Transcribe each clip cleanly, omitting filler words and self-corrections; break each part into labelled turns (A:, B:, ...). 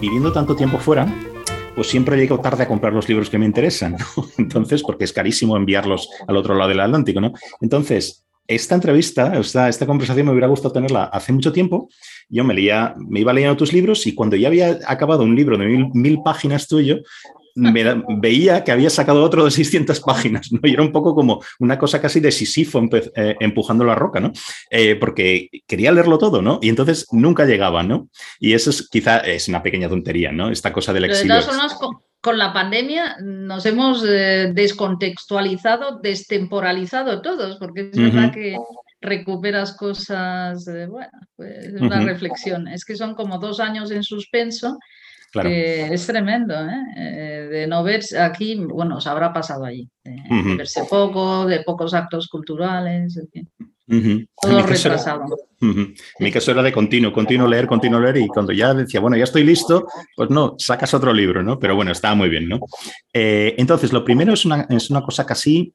A: viviendo tanto tiempo fuera, pues siempre llego tarde a comprar los libros que me interesan, ¿no? Entonces, porque es carísimo enviarlos al otro lado del Atlántico, ¿no? Entonces, esta entrevista, esta conversación me hubiera gustado tenerla hace mucho tiempo. Yo me iba leyendo tus libros y cuando ya había acabado un libro de mil páginas tuyo, veía que había sacado otro de 600 páginas, ¿no? Y era un poco como una cosa casi de Sísifo empujando la roca, ¿no? Porque quería leerlo todo, ¿no? Y entonces nunca llegaba, ¿no? Y eso quizá es una pequeña tontería, ¿no? Esta cosa del
B: Pero de
A: exilio.
B: todas formas, con la pandemia nos hemos descontextualizado, destemporalizado todos, porque es
A: Uh
B: verdad
A: -huh,
B: que recuperas cosas, bueno, pues es
A: uh
B: una
A: -huh,
B: reflexión. Es que son como 2 años en suspenso,
A: claro.
B: que es tremendo, ¿eh? De no verse aquí, bueno, os habrá pasado allí,
A: Uh
B: de
A: -huh,
B: verse poco, de pocos actos culturales, en fin,
A: uh -huh. En
B: todo
A: mi caso era,
B: retrasado.
A: en mi
B: Sí.
A: caso era de continuo leer, y cuando ya decía, bueno, ya estoy listo, pues no, sacas otro libro, ¿no? Pero bueno, estaba muy bien, ¿no? Entonces, lo primero es una cosa casi,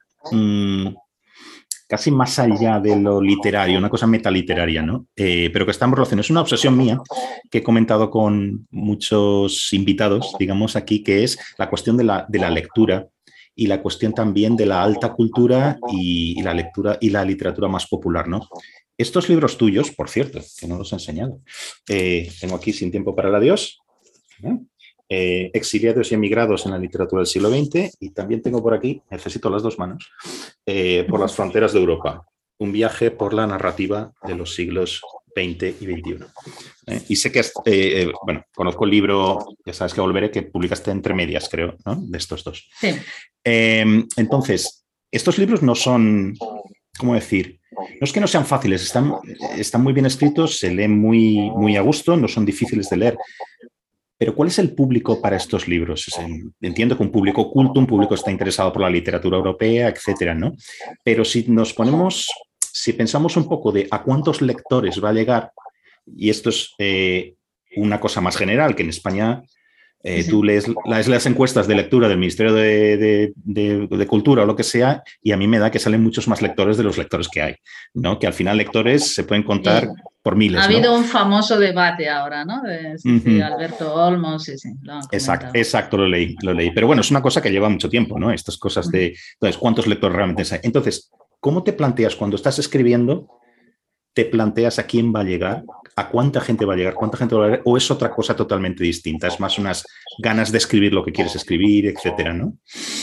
A: casi más allá de lo literario, una cosa metaliteraria, ¿no? Pero que está en relación. Es una obsesión mía que he comentado con muchos invitados, digamos aquí, que es la cuestión de la lectura y la cuestión también de la alta cultura y la lectura y la literatura más popular, ¿no? Estos libros tuyos, por cierto, que no los he enseñado, tengo aquí Sin tiempo para el adiós, ¿eh? Exiliados y emigrados en la literatura del siglo XX, y también tengo por aquí, necesito las dos manos, por las fronteras de Europa, un viaje por la narrativa de los siglos XX y XXI. Y sé que, bueno, conozco el libro, ya sabes que volveré, que publicaste entre medias, creo, ¿no? De estos dos.
B: Sí.
A: Entonces, estos libros no son, ¿cómo decir? No es que no sean fáciles, están muy bien escritos, se leen muy a gusto, no son difíciles de leer. Pero ¿cuál es el público para estos libros? Entiendo que un público culto, un público que está interesado por la literatura europea, etcétera, ¿no? Pero si pensamos un poco de a cuántos lectores va a llegar, y esto es una cosa más general, que en España
B: Sí,
A: tú
B: sí.
A: lees las encuestas de lectura del Ministerio de Cultura o lo que sea, y a mí me da que salen muchos más lectores de los lectores que hay, ¿no? Que al final lectores se pueden contar
B: Sí.
A: por
B: Ha
A: miles, ¿no?
B: habido un famoso debate ahora, ¿no? Sí,
A: Uh
B: sí,
A: -huh.
B: Alberto Olmos, sí, sí, lo han
A: Exacto,
B: comentado.
A: exacto, lo leí, lo leí. Pero bueno, es una cosa que lleva mucho tiempo, ¿no? Estas cosas
B: Ujú.
A: de, entonces, ¿cuántos lectores realmente hay? Entonces, ¿cómo te planteas cuando estás escribiendo? ¿Te planteas a quién va a llegar? ¿A cuánta gente va a llegar? ¿Cuánta gente va a llegar? ¿O es otra cosa totalmente distinta? Es más unas ganas de escribir lo que quieres escribir, etcétera, ¿no?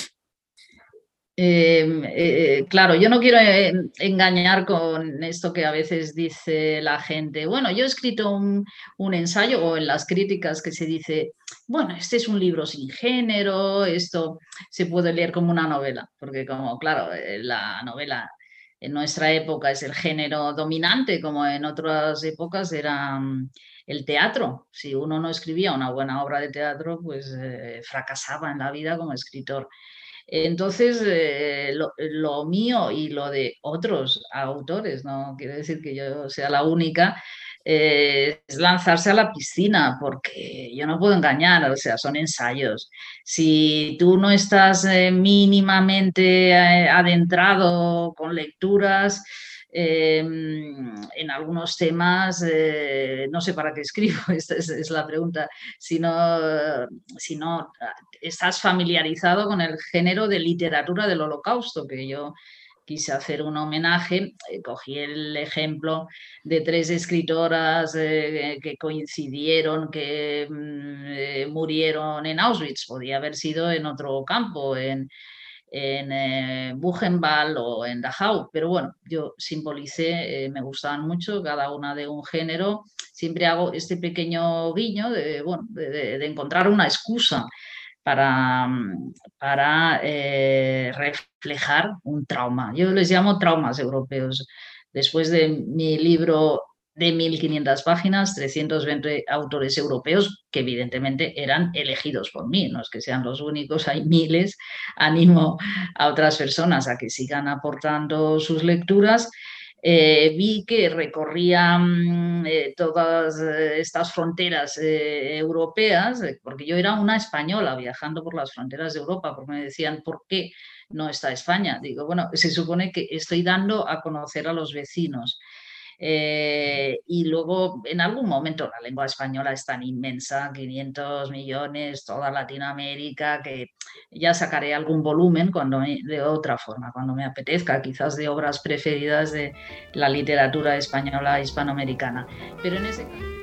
B: Claro, yo no quiero engañar con esto que a veces dice la gente. Bueno, yo he escrito un ensayo o en las críticas que se dice, bueno, este es un libro sin género, esto se puede leer como una novela, porque como, claro, la novela en nuestra época es el género dominante, como en otras épocas era el teatro. Si uno no escribía una buena obra de teatro, pues fracasaba en la vida como escritor. Entonces, lo mío y lo de otros autores, no quiere decir que yo sea la única, es lanzarse a la piscina, porque yo no puedo engañar, o sea, son ensayos. Si tú no estás mínimamente adentrado con lecturas, en algunos temas, no sé para qué escribo, esta es la pregunta, si no estás familiarizado con el género de literatura del Holocausto, que yo quise hacer un homenaje, cogí el ejemplo de 3 escritoras que coincidieron, que murieron en Auschwitz, podía haber sido en otro campo, en Buchenwald o en Dachau, pero bueno, yo simbolicé, me gustaban mucho, cada una de un género, siempre hago este pequeño guiño de, bueno, de encontrar una excusa para, para reflejar un trauma. Yo les llamo traumas europeos. Después de mi libro de 1.500 páginas, 320 autores europeos que evidentemente eran elegidos por mí, no es que sean los únicos, hay miles. Animo a otras personas a que sigan aportando sus lecturas. Vi que recorrían todas estas fronteras europeas, porque yo era una española viajando por las fronteras de Europa, porque me decían, ¿por qué no está España? Digo, bueno, se supone que estoy dando a conocer a los vecinos. Y luego, en algún momento, la lengua española es tan inmensa, 500 millones, toda Latinoamérica, que ya sacaré algún volumen de otra forma, cuando me apetezca, quizás de obras preferidas de la literatura española hispanoamericana. Pero en ese caso...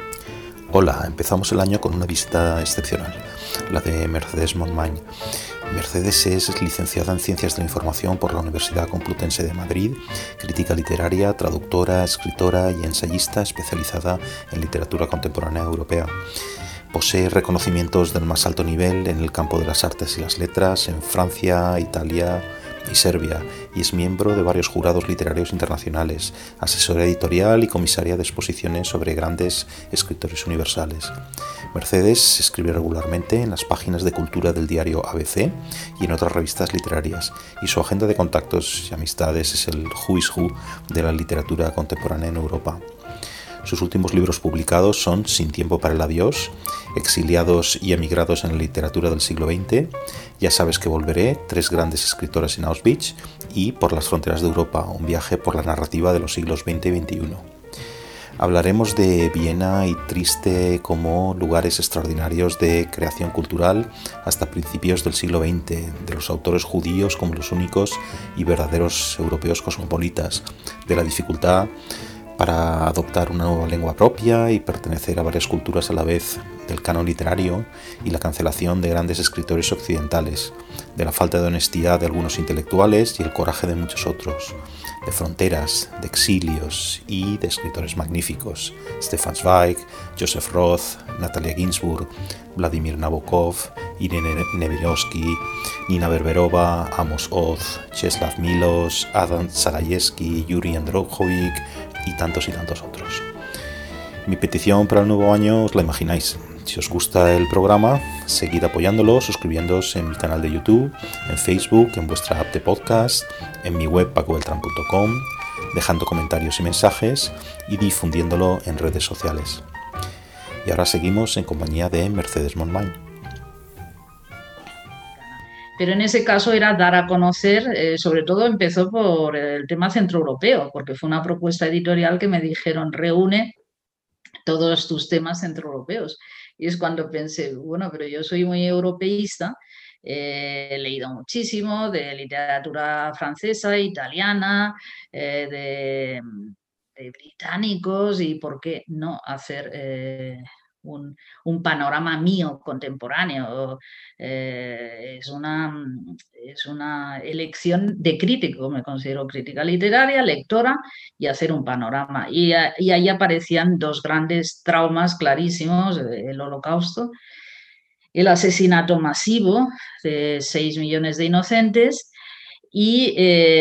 C: Hola, empezamos el año con una visita excepcional, la de Mercedes Montmany. Mercedes es licenciada en Ciencias de la Información por la Universidad Complutense de Madrid, crítica literaria, traductora, escritora y ensayista especializada en literatura contemporánea europea. Posee reconocimientos del más alto nivel en el campo de las artes y las letras en Francia, Italia y Serbia, y es miembro de varios jurados literarios internacionales, asesora editorial y comisaria de exposiciones sobre grandes escritores universales. Mercedes escribe regularmente en las páginas de cultura del diario ABC y en otras revistas literarias, y su agenda de contactos y amistades es el Who is Who de la literatura contemporánea en Europa. Sus últimos libros publicados son Sin tiempo para el adiós, Exiliados y emigrados en la literatura del siglo XX, Ya sabes que volveré, Tres grandes escritoras en Auschwitz y Por las fronteras de Europa, un viaje por la narrativa de los siglos XX y XXI. Hablaremos de Viena y Trieste como lugares extraordinarios de creación cultural hasta principios del siglo XX, de los autores judíos como los únicos y verdaderos europeos cosmopolitas, de la dificultad para adoptar una nueva lengua propia y pertenecer a varias culturas a la vez, del canon literario y la cancelación de grandes escritores occidentales, de la falta de honestidad de algunos intelectuales y el coraje de muchos otros, de fronteras, de exilios y de escritores magníficos, Stefan Zweig, Joseph Roth, Natalia Ginzburg, Vladimir Nabokov, Irene Nevirovsky, Nina Berberova, Amos Oz, Czeslaw Milosz, Adam Zagajewski, Yuri Andropovich y tantos otros. Mi petición para el nuevo año os la imagináis. Si os gusta el programa, seguid apoyándolo, suscribiéndoos en mi canal de YouTube, en Facebook, en vuestra app de podcast, en mi web pacobeltran.com, dejando comentarios y mensajes y difundiéndolo en redes sociales. Y ahora seguimos en compañía de Mercedes Montmany.
B: Pero en ese caso era dar a conocer, sobre todo empezó por el tema centroeuropeo, porque fue una propuesta editorial que me dijeron, reúne todos tus temas centroeuropeos. Y es cuando pensé, bueno, pero yo soy muy europeísta, he leído muchísimo de literatura francesa, italiana, de británicos, y por qué no hacer un panorama mío contemporáneo. Es una elección de crítico, me considero crítica literaria, lectora, y hacer un panorama. Y ahí aparecían dos grandes traumas clarísimos: el Holocausto, el asesinato masivo de 6 millones de inocentes, y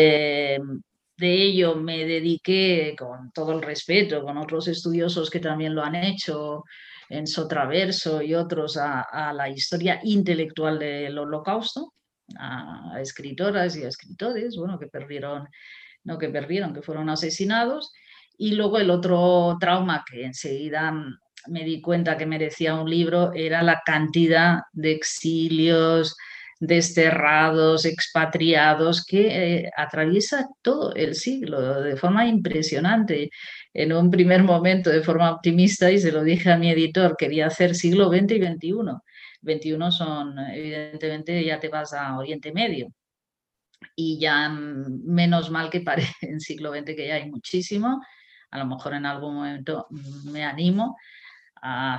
B: de ello me dediqué, con todo el respeto, con otros estudiosos que también lo han hecho, en Sotraverso y otros, a la historia intelectual del Holocausto, a escritoras y a escritores, bueno, que perdieron, no que perdieron, que fueron asesinados. Y luego el otro trauma que enseguida me di cuenta que merecía un libro era la cantidad de exilios, desterrados, expatriados, que atraviesa todo el siglo de forma impresionante. En un primer momento, de forma optimista, y se lo dije a mi editor, quería hacer siglo XX y XXI. 21 son, evidentemente, ya te vas a Oriente Medio. Y ya menos mal que pare en siglo XX, que ya hay muchísimo. A lo mejor en algún momento me animo a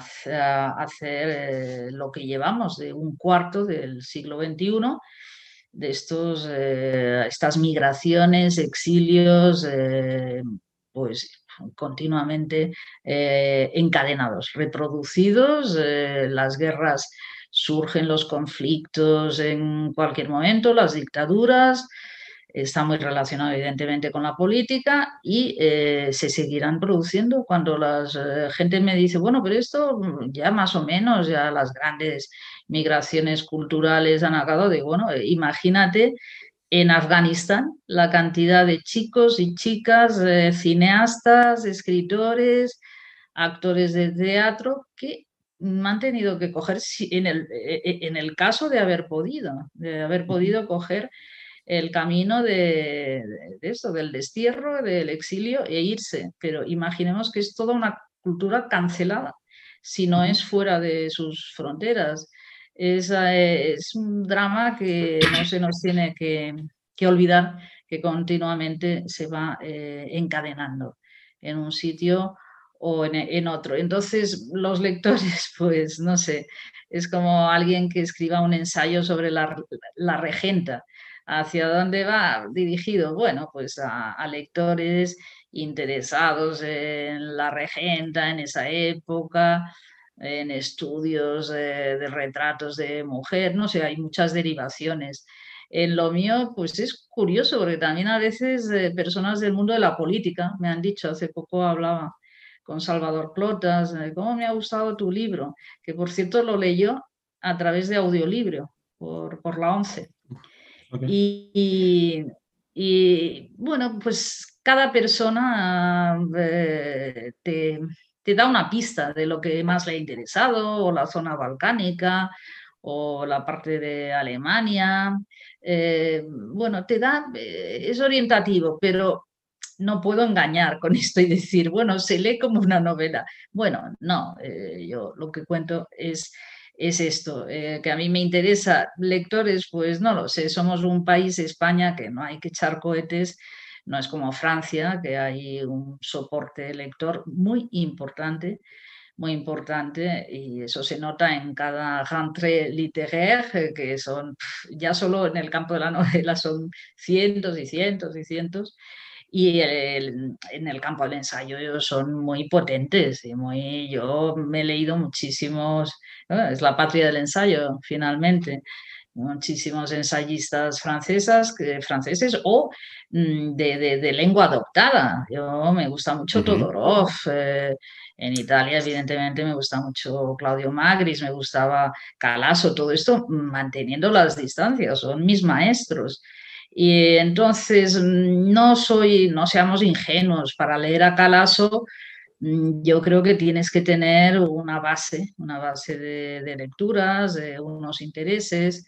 B: hacer lo que llevamos de un cuarto del siglo XXI, de estas migraciones, exilios, pues continuamente encadenados, reproducidos. Las guerras surgen, los conflictos en cualquier momento, las dictaduras. Está muy relacionado evidentemente con la política, y se seguirán produciendo. Cuando la gente me dice, bueno, pero esto ya más o menos, ya las grandes migraciones culturales han acabado, de, bueno, imagínate en Afganistán la cantidad de chicos y chicas, cineastas, escritores, actores de teatro, que han tenido que coger, en el caso de haber podido coger el camino de esto, del destierro, del exilio e irse. Pero imaginemos que es toda una cultura cancelada si no es fuera de sus fronteras. Es un drama que no se nos tiene que olvidar, que continuamente se va encadenando en un sitio o en otro. Entonces, los lectores, pues no sé, es como alguien que escriba un ensayo sobre la regenta. ¿Hacia dónde va dirigido? Bueno, pues a lectores interesados en la regenta en esa época, en estudios de retratos de mujer, no sé, hay muchas derivaciones. En lo mío, pues es curioso, porque también a veces personas del mundo de la política me han dicho, hace poco hablaba con Salvador Clotas, cómo me ha gustado tu libro, que por cierto lo leyó a través de audiolibro por la ONCE.
A: Okay.
B: Y, bueno, pues cada persona te da una pista de lo que más le ha interesado, o la zona balcánica, o la parte de Alemania. Bueno, es orientativo, pero no puedo engañar con esto y decir, bueno, se lee como una novela. Bueno, no, yo lo que cuento es esto, que a mí me interesa. Lectores, pues no lo sé, somos un país, España, que no hay que echar cohetes, no es como Francia, que hay un soporte lector muy importante, y eso se nota en cada rentrée littéraire, que son, ya solo en el campo de la novela son cientos y cientos y cientos, y en el campo del ensayo son muy potentes y yo me he leído muchísimos, ¿no? Es la patria del ensayo, finalmente. Muchísimos ensayistas franceses o de lengua adoptada. Yo me gusta mucho Todorov. En Italia, evidentemente, me gusta mucho Claudio Magris, me gustaba Calasso, todo esto manteniendo las distancias, son mis maestros. Y entonces no seamos ingenuos. Para leer a Calasso, yo creo que tienes que tener una base de lecturas, de unos intereses.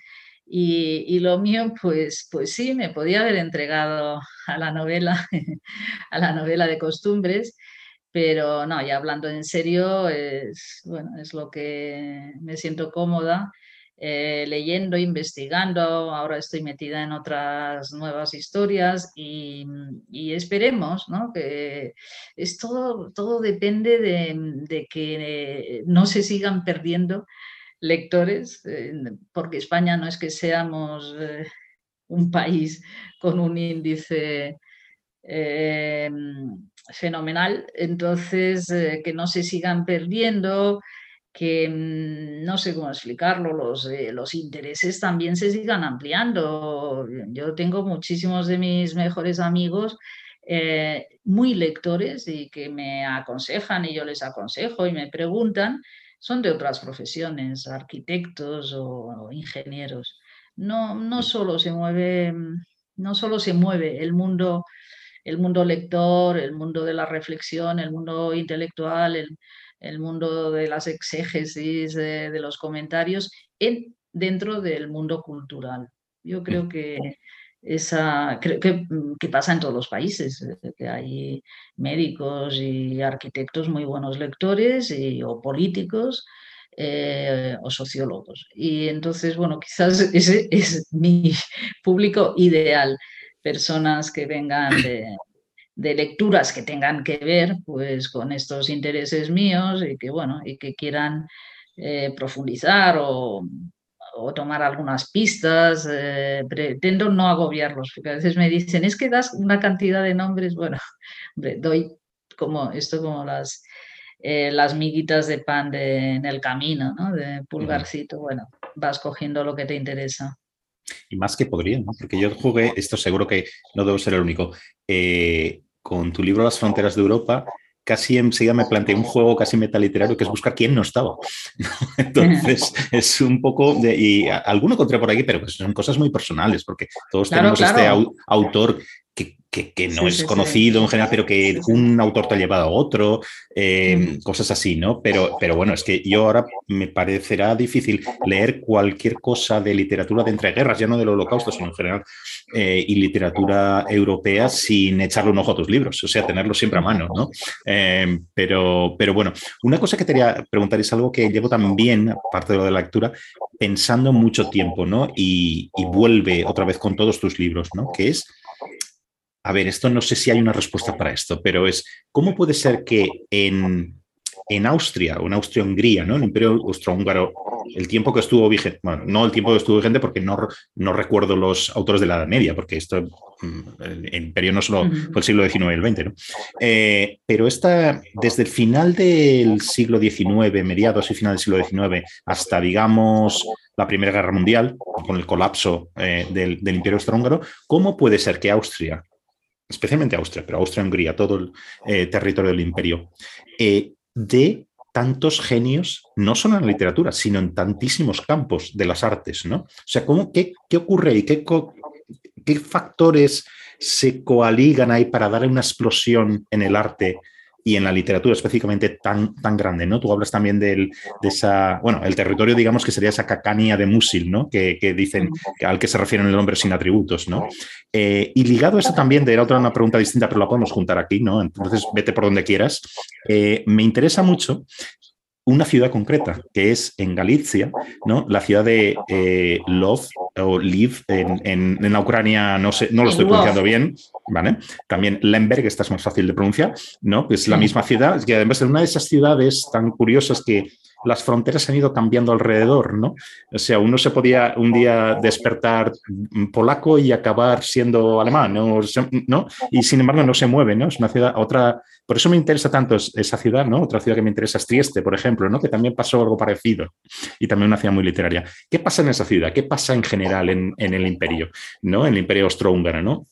B: Y lo mío, pues sí, me podía haber entregado a la novela, a la novela de costumbres, pero no, ya hablando en serio, es lo que me siento cómoda leyendo, investigando. Ahora estoy metida en otras nuevas historias y esperemos, ¿no? Que todo depende de que no se sigan perdiendo lectores, porque España no es que seamos un país con un índice eh, fenomenal, entonces que no se sigan perdiendo, que no sé cómo explicarlo, los intereses también se sigan ampliando. Yo tengo muchísimos de mis mejores amigos muy lectores y que me aconsejan y yo les aconsejo y me preguntan, son de otras profesiones, arquitectos o ingenieros. No solo se mueve, no solo se mueve el mundo lector, el mundo de la reflexión, el mundo intelectual, el mundo de las exégesis, de los comentarios, dentro del mundo cultural. Yo creo que pasa en todos los países, que hay médicos y arquitectos muy buenos lectores o políticos o sociólogos. Y entonces, bueno, quizás ese es mi público ideal, personas que vengan de lecturas que tengan que ver pues con estos intereses míos y que bueno y que quieran profundizar o tomar algunas pistas. Pretendo no agobiarlos, porque a veces me dicen, es que das una cantidad de nombres. Bueno, hombre, doy como las miguitas de pan en el camino, ¿no? De pulgarcito. Bueno, vas cogiendo lo que te interesa.
A: Y más que podría, ¿no? Porque yo jugué, esto seguro que no debo ser el único, con tu libro Las fronteras de Europa, casi enseguida me planteé un juego casi metaliterario que es buscar quién no estaba. Entonces, es un poco alguno encontré por aquí, pero pues son cosas muy personales, porque todos tenemos este autor que que no es conocido en general, pero que un autor te ha llevado a otro, cosas así, ¿no? Pero bueno, es que yo ahora me parecerá difícil leer cualquier cosa de literatura de entreguerras, ya no del Holocausto, sino en general, y literatura europea sin echarle un ojo a tus libros, o sea, tenerlo siempre a mano, ¿no? Pero bueno, una cosa que te quería preguntar es algo que llevo también, aparte de lo de la lectura, pensando mucho tiempo, ¿no? Y vuelve otra vez con todos tus libros, ¿no? Que es, a ver, esto no sé si hay una respuesta para esto, pero es, ¿cómo puede ser que en Austria o en Austria-Hungría, ¿no? El Imperio Austrohúngaro, el tiempo que estuvo vigente, bueno, no el tiempo que estuvo vigente porque no recuerdo los autores de la Edad Media, porque esto, el imperio no solo fue el siglo XIX y el XX, ¿no? Pero desde el final del siglo XIX, mediados y final del siglo XIX, hasta, digamos, la Primera Guerra Mundial, con el colapso del Imperio Austrohúngaro, ¿cómo puede ser que Austria, especialmente Austria, pero Austria-Hungría, todo el territorio del imperio, de tantos genios, no solo en la literatura, sino en tantísimos campos de las artes, ¿no? O sea, ¿qué ocurre y qué factores se coaligan ahí para dar una explosión en el arte y en la literatura específicamente tan grande, ¿no? Tú hablas también de esa, bueno, el territorio, digamos, que sería esa Cacania de Musil, ¿no? Que dicen, al que se refieren el hombre sin atributos, ¿no? Y ligado a eso también, era una pregunta distinta, pero la podemos juntar aquí, ¿no? Entonces, vete por donde quieras. Me interesa mucho una ciudad concreta, que es en Galicia, ¿no? La ciudad de Love o Lviv, en la Ucrania, no sé, no lo estoy pronunciando bien, ¿vale? También Lemberg, esta es más fácil de pronunciar, ¿no? Que es la misma ciudad, que además es una de esas ciudades tan curiosas que las fronteras han ido cambiando alrededor, ¿no? O sea, uno se podía un día despertar polaco y acabar siendo alemán, ¿no? Y sin embargo no se mueve, ¿no? Es una ciudad, otra. Por eso me interesa tanto esa ciudad, ¿no? Otra ciudad que me interesa es Trieste, por ejemplo, ¿no? Que también pasó algo parecido y también una ciudad muy literaria. ¿Qué pasa en esa ciudad? ¿Qué pasa en general en el imperio, ¿no? En el imperio austrohúngaro, ¿no?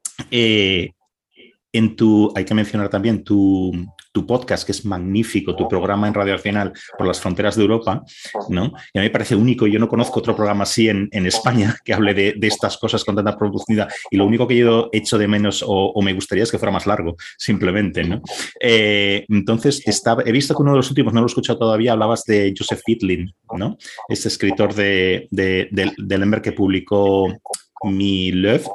A: Hay que mencionar también tu podcast, que es magnífico, tu programa en Radio Nacional por las fronteras de Europa, ¿no? Y a mí me parece único, yo no conozco otro programa así en España que hable de estas cosas con tanta profundidad, y lo único que yo echo de menos o me gustaría es que fuera más largo, simplemente, ¿no? Entonces, he visto que uno de los últimos, no lo he escuchado todavía, hablabas de Joseph Fielding, ¿no? Este escritor de Lemberg que publicó Mi Liv,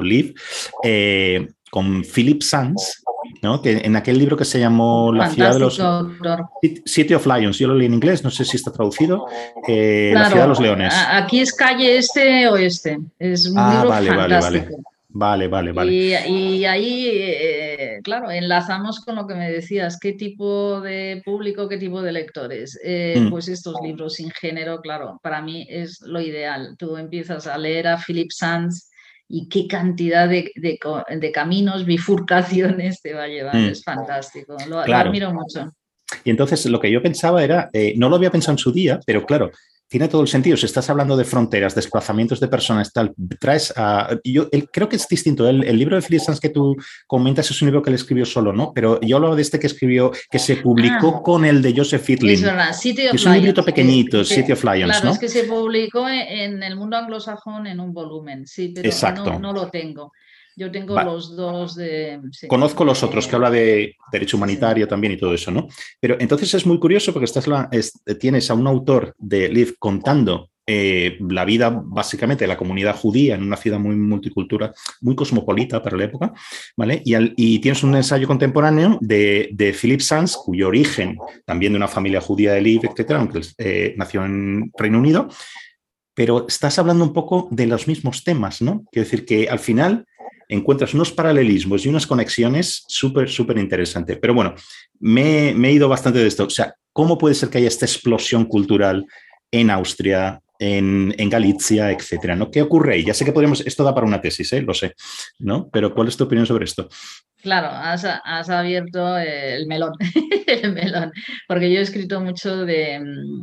A: con Philip Sands, ¿no? Que en aquel libro que se llamó La ciudad de los... City of Lions, yo lo leí en inglés, no sé si está traducido. Claro, La ciudad de los leones.
B: Aquí es calle este-oeste, es un libro fantástico.
A: Vale.
B: Y ahí, claro, enlazamos con lo que me decías, qué tipo de público, qué tipo de lectores. Pues estos libros sin género, claro, para mí es lo ideal. Tú empiezas a leer a Philip Sands y qué cantidad de caminos, bifurcaciones te va a llevar. Es fantástico, lo admiro mucho.
A: Y entonces lo que yo pensaba era, no lo había pensado en su día, pero claro, tiene todo el sentido. Si estás hablando de fronteras, desplazamientos de personas, tal, traes a... creo que es distinto. El libro de Philip Sands que tú comentas es un libro que él escribió solo, ¿no? Pero yo hablo de este que escribió, que se publicó con el de Joseph Fielding.
B: Es verdad, City of Lions.
A: Es un librito pequeñito, City of Lions,
B: claro,
A: ¿no?
B: es que se publicó en el mundo anglosajón en un volumen, sí, pero no lo tengo. Yo tengo los dos de... Sí,
A: conozco los otros, que habla de derecho humanitario también y todo eso, ¿no? Pero entonces es muy curioso porque tienes a un autor de Lviv contando la vida básicamente de la comunidad judía en una ciudad muy multicultural, muy cosmopolita para la época, ¿vale? Y tienes un ensayo contemporáneo de Philip Sands, cuyo origen también de una familia judía de Lviv, etcétera, aunque nació en Reino Unido, pero estás hablando un poco de los mismos temas, ¿no? Quiero decir que al final encuentras unos paralelismos y unas conexiones súper interesantes. Pero bueno, me he ido bastante de esto. O sea, ¿cómo puede ser que haya esta explosión cultural en Austria, en Galicia, etcétera, ¿no? ¿Qué ocurre ahí? Ya sé que esto da para una tesis, lo sé, ¿no? Pero ¿cuál es tu opinión sobre esto?
B: Claro, has abierto el melón, el melón, porque yo he escrito mucho de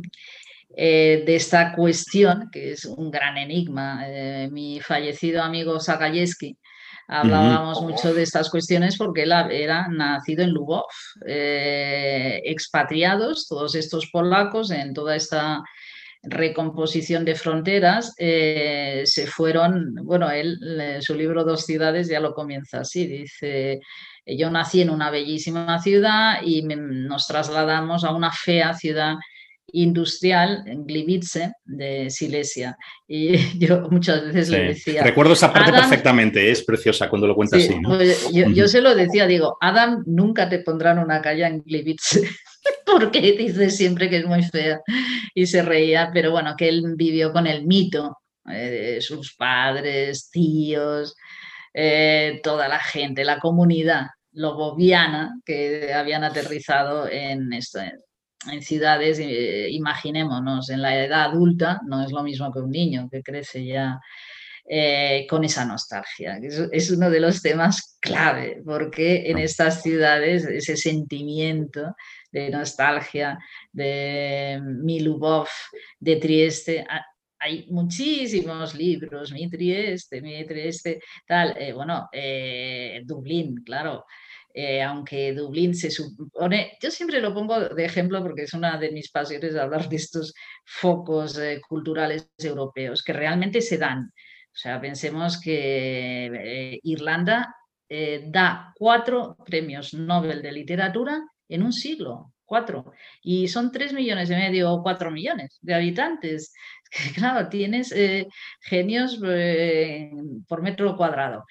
B: esta cuestión, que es un gran enigma. Mi fallecido amigo Sagayevsky, hablábamos mucho de estas cuestiones porque él era nacido en Lvov, expatriados, todos estos polacos en toda esta recomposición de fronteras, se fueron, bueno, su libro Dos ciudades ya lo comienza así, dice, yo nací en una bellísima ciudad y nos trasladamos a una fea ciudad industrial en Gliwice de Silesia. Y yo muchas veces le decía...
A: Recuerdo esa parte perfectamente, es preciosa cuando lo cuentas así, ¿no?
B: Pues yo se lo decía, digo, Adam, nunca te pondrán una calle en Gliwice, porque dice siempre que es muy fea. Y se reía, pero bueno, que él vivió con el mito de sus padres, tíos, toda la gente, la comunidad loboviana que habían aterrizado en ciudades, imaginémonos, en la edad adulta, no es lo mismo que un niño que crece ya con esa nostalgia. Es uno de los temas clave, porque en estas ciudades ese sentimiento de nostalgia, de Milubov, de Trieste, hay muchísimos libros, mi Trieste, tal, Dublín, claro. Aunque Dublín se supone, yo siempre lo pongo de ejemplo porque es una de mis pasiones hablar de estos focos culturales europeos que realmente se dan. O sea, pensemos que Irlanda da 4 premios Nobel de literatura en un siglo, 4. Y son 3,5 millones o 4 millones de habitantes. Claro, tienes genios por metro cuadrado.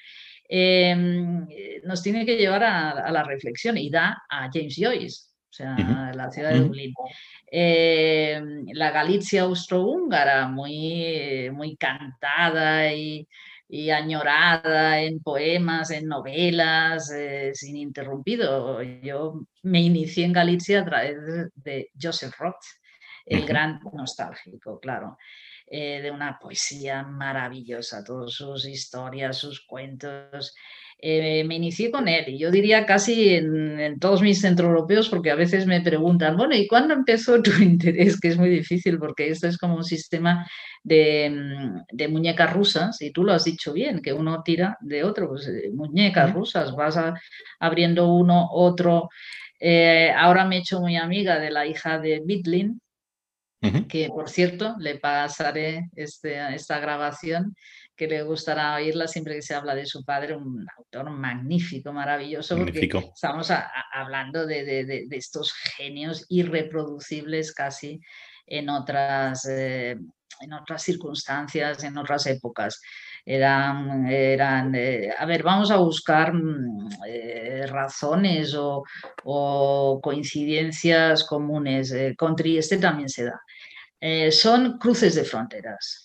B: Nos tiene que llevar a la reflexión y da a James Joyce, o sea, la ciudad de Dublín. La Galicia austrohúngara, muy cantada y añorada en poemas, en novelas, sin interrumpido. Yo me inicié en Galicia a través de Joseph Roth, el gran nostálgico, claro. De una poesía maravillosa, todas sus historias, sus cuentos. Me inicié con él y yo diría casi en todos mis centroeuropeos, porque a veces me preguntan, bueno, ¿y cuándo empezó tu interés? Que es muy difícil porque esto es como un sistema de muñecas rusas, y tú lo has dicho bien, que uno tira de otro, pues muñecas rusas, vas abriendo uno, otro. Ahora me he hecho muy amiga de la hija de Bitlin, que por cierto le pasaré esta grabación, que le gustará oírla siempre que se habla de su padre, un autor magnífico, maravilloso,
A: magnífico.
B: Porque estamos hablando de estos genios irreproducibles casi en otras circunstancias, en otras épocas. A ver, vamos a buscar razones o coincidencias comunes. Con Trieste también se da. Son cruces de fronteras.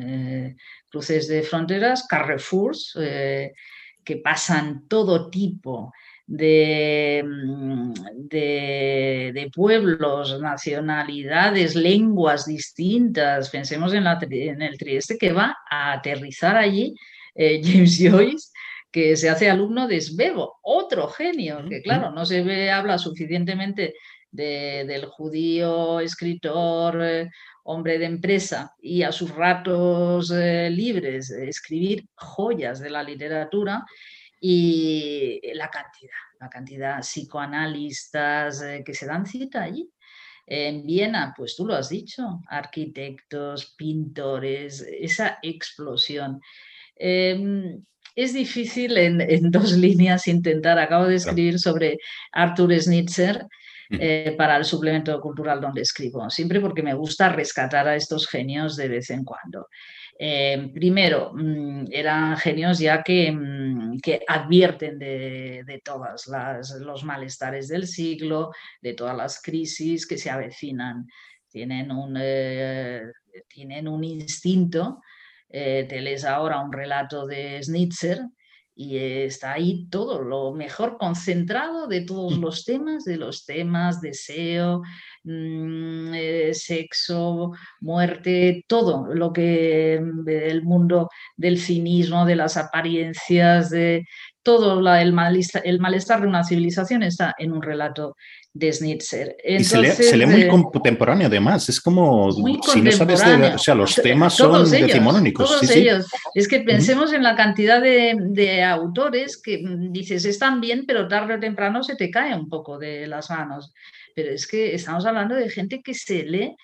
B: Carrefours, que pasan todo tipo de pueblos, nacionalidades, lenguas distintas. Pensemos en el Trieste, que va a aterrizar allí James Joyce, que se hace alumno de Svevo, otro genio, que claro, no se habla suficientemente del judío escritor, hombre de empresa, y a sus ratos libres escribir joyas de la literatura, y la cantidad psicoanalistas que se dan cita allí. En Viena, pues tú lo has dicho, arquitectos, pintores, esa explosión. Es difícil en 2 líneas intentar, acabo de escribir sobre Arthur Schnitzer, para el suplemento cultural donde escribo, siempre porque me gusta rescatar a estos genios de vez en cuando. Primero, eran genios ya que advierten de todos los malestares del siglo, de todas las crisis que se avecinan. Tienen un instinto. Te lees ahora un relato de Schnitzer y está ahí todo, lo mejor concentrado de todos los temas, deseo, sexo, muerte, todo lo que el mundo del cinismo, de las apariencias, de todo el malestar de una civilización está en un relato de Schnitzer.
A: Entonces, y se lee muy contemporáneo, además. Es como, si no sabes los temas son decimonónicos.
B: Todos ellos. Es que pensemos en la cantidad de autores que dices, están bien, pero tarde o temprano se te cae un poco de las manos. Pero es que estamos hablando de gente que se lee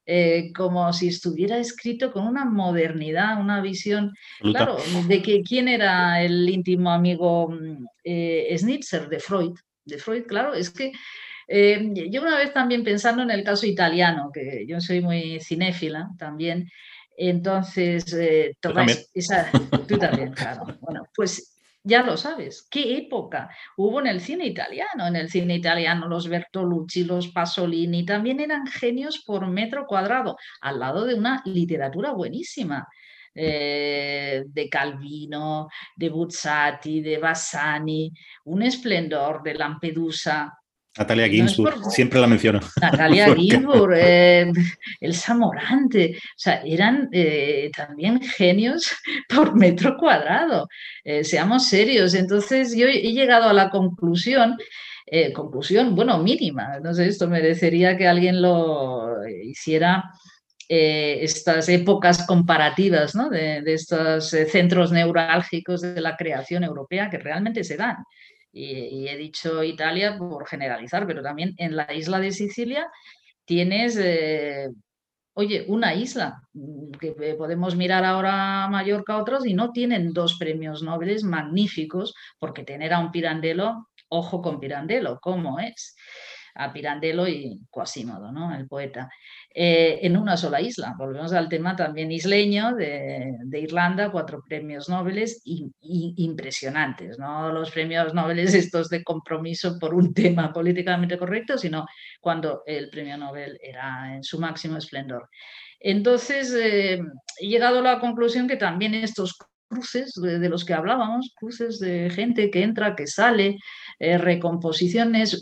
B: como si estuviera escrito con una modernidad, una visión,
A: Absoluta.
B: claro, de que quién era el íntimo amigo Schnitzer de Freud, claro, es que yo una vez también pensando en el caso italiano, que yo soy muy cinéfila también, entonces
A: Yo
B: toda
A: también.
B: esa, tú también, claro, bueno, pues ya lo sabes, qué época hubo en el cine italiano. En el cine italiano los Bertolucci, los Pasolini también eran genios por metro cuadrado, al lado de una literatura buenísima. De Calvino, de Buzzati, de Bassani, un esplendor de Lampedusa.
A: Natalia
B: No es
A: Ginsburg,
B: por
A: siempre la menciono.
B: Natalia
A: Porque
B: Ginsburg, Elsa Morante, o sea, eran también genios por metro cuadrado. Seamos serios. Entonces yo he llegado a la conclusión, bueno, mínima, no sé, esto merecería que alguien lo hiciera, estas épocas comparativas, ¿no? De estos centros neurálgicos de la creación europea que realmente se dan. Y he dicho Italia por generalizar, pero también en la isla de Sicilia tienes, oye, una isla que podemos mirar ahora a Mallorca, otros, y no tienen dos premios Nobel magníficos, porque tener a un Pirandello, ojo con Pirandello, ¿cómo es? A Pirandello y Quasimodo, ¿no? El poeta, en una sola isla. Volvemos al tema también isleño de Irlanda, 4 premios Nobel impresionantes, no los premios Nobel estos de compromiso por un tema políticamente correcto, sino cuando el premio Nobel era en su máximo esplendor. Entonces, he llegado a la conclusión que también estos cruces de los que hablábamos, cruces de gente que entra, que sale, recomposiciones,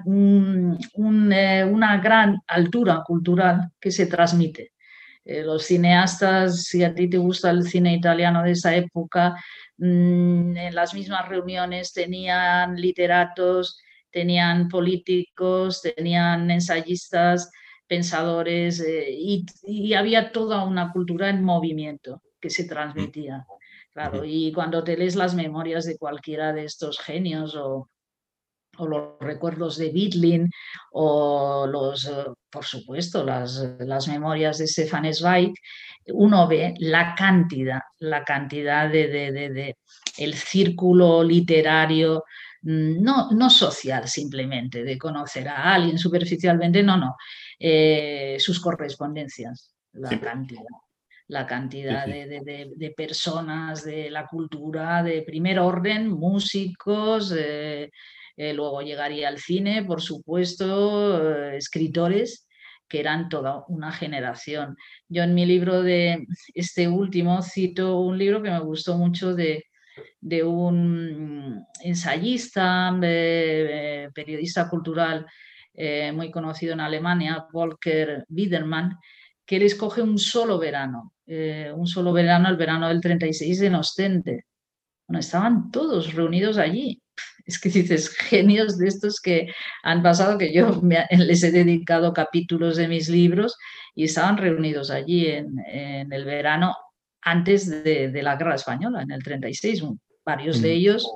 B: una gran altura cultural que se transmite. Los cineastas, si a ti te gusta el cine italiano de esa época, en las mismas reuniones tenían literatos, tenían políticos, tenían ensayistas, pensadores, y había toda una cultura en movimiento que se transmitía. Claro, y cuando te lees las memorias de cualquiera de estos genios o los recuerdos de Bidlin o por supuesto, las memorias de Stefan Zweig, uno ve la cantidad de el círculo literario, no social simplemente, de conocer a alguien superficialmente, no, sus correspondencias,
A: sí,
B: la
A: sí,
B: cantidad
A: sí.
B: de personas de la cultura de primer orden, músicos, luego llegaría al cine, por supuesto, escritores que eran toda una generación. Yo en mi libro de este último cito un libro que me gustó mucho de un ensayista, periodista cultural muy conocido en Alemania, Volker Wiedermann, que él escoge un solo verano, el verano del 36 en Ostende. Bueno, estaban todos reunidos allí. Es que dices, genios de estos que han pasado, que yo les he dedicado capítulos de mis libros y estaban reunidos allí en el verano antes de la Guerra Española, en el 36. Varios de ellos,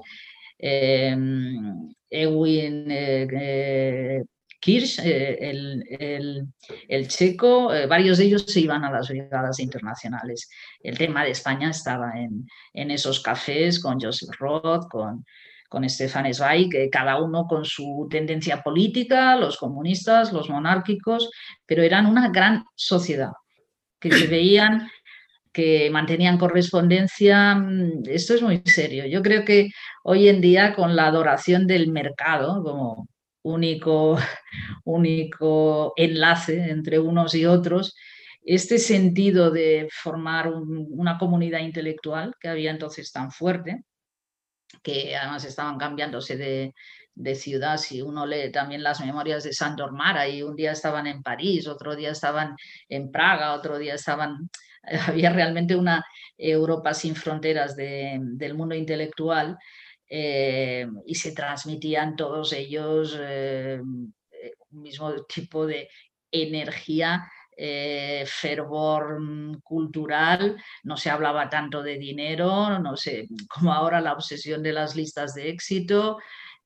B: Ewin Kirsch, el checo, varios de ellos se iban a las brigadas internacionales. El tema de España estaba en esos cafés con Joseph Roth, con Stefan Zweig, cada uno con su tendencia política, los comunistas, los monárquicos, pero eran una gran sociedad, que se veían, que mantenían correspondencia. Esto es muy serio. Yo creo que hoy en día, con la adoración del mercado como único, único enlace entre unos y otros, este sentido de formar una comunidad intelectual que había entonces tan fuerte, que además estaban cambiándose de ciudad. Si uno lee también las memorias de Sándor Mára, y un día estaban en París, otro día estaban en Praga, otro día estaban... Había realmente una Europa sin fronteras del mundo intelectual, y se transmitían todos ellos un mismo tipo de energía, fervor cultural. No se hablaba tanto de dinero, no sé, como ahora la obsesión de las listas de éxito.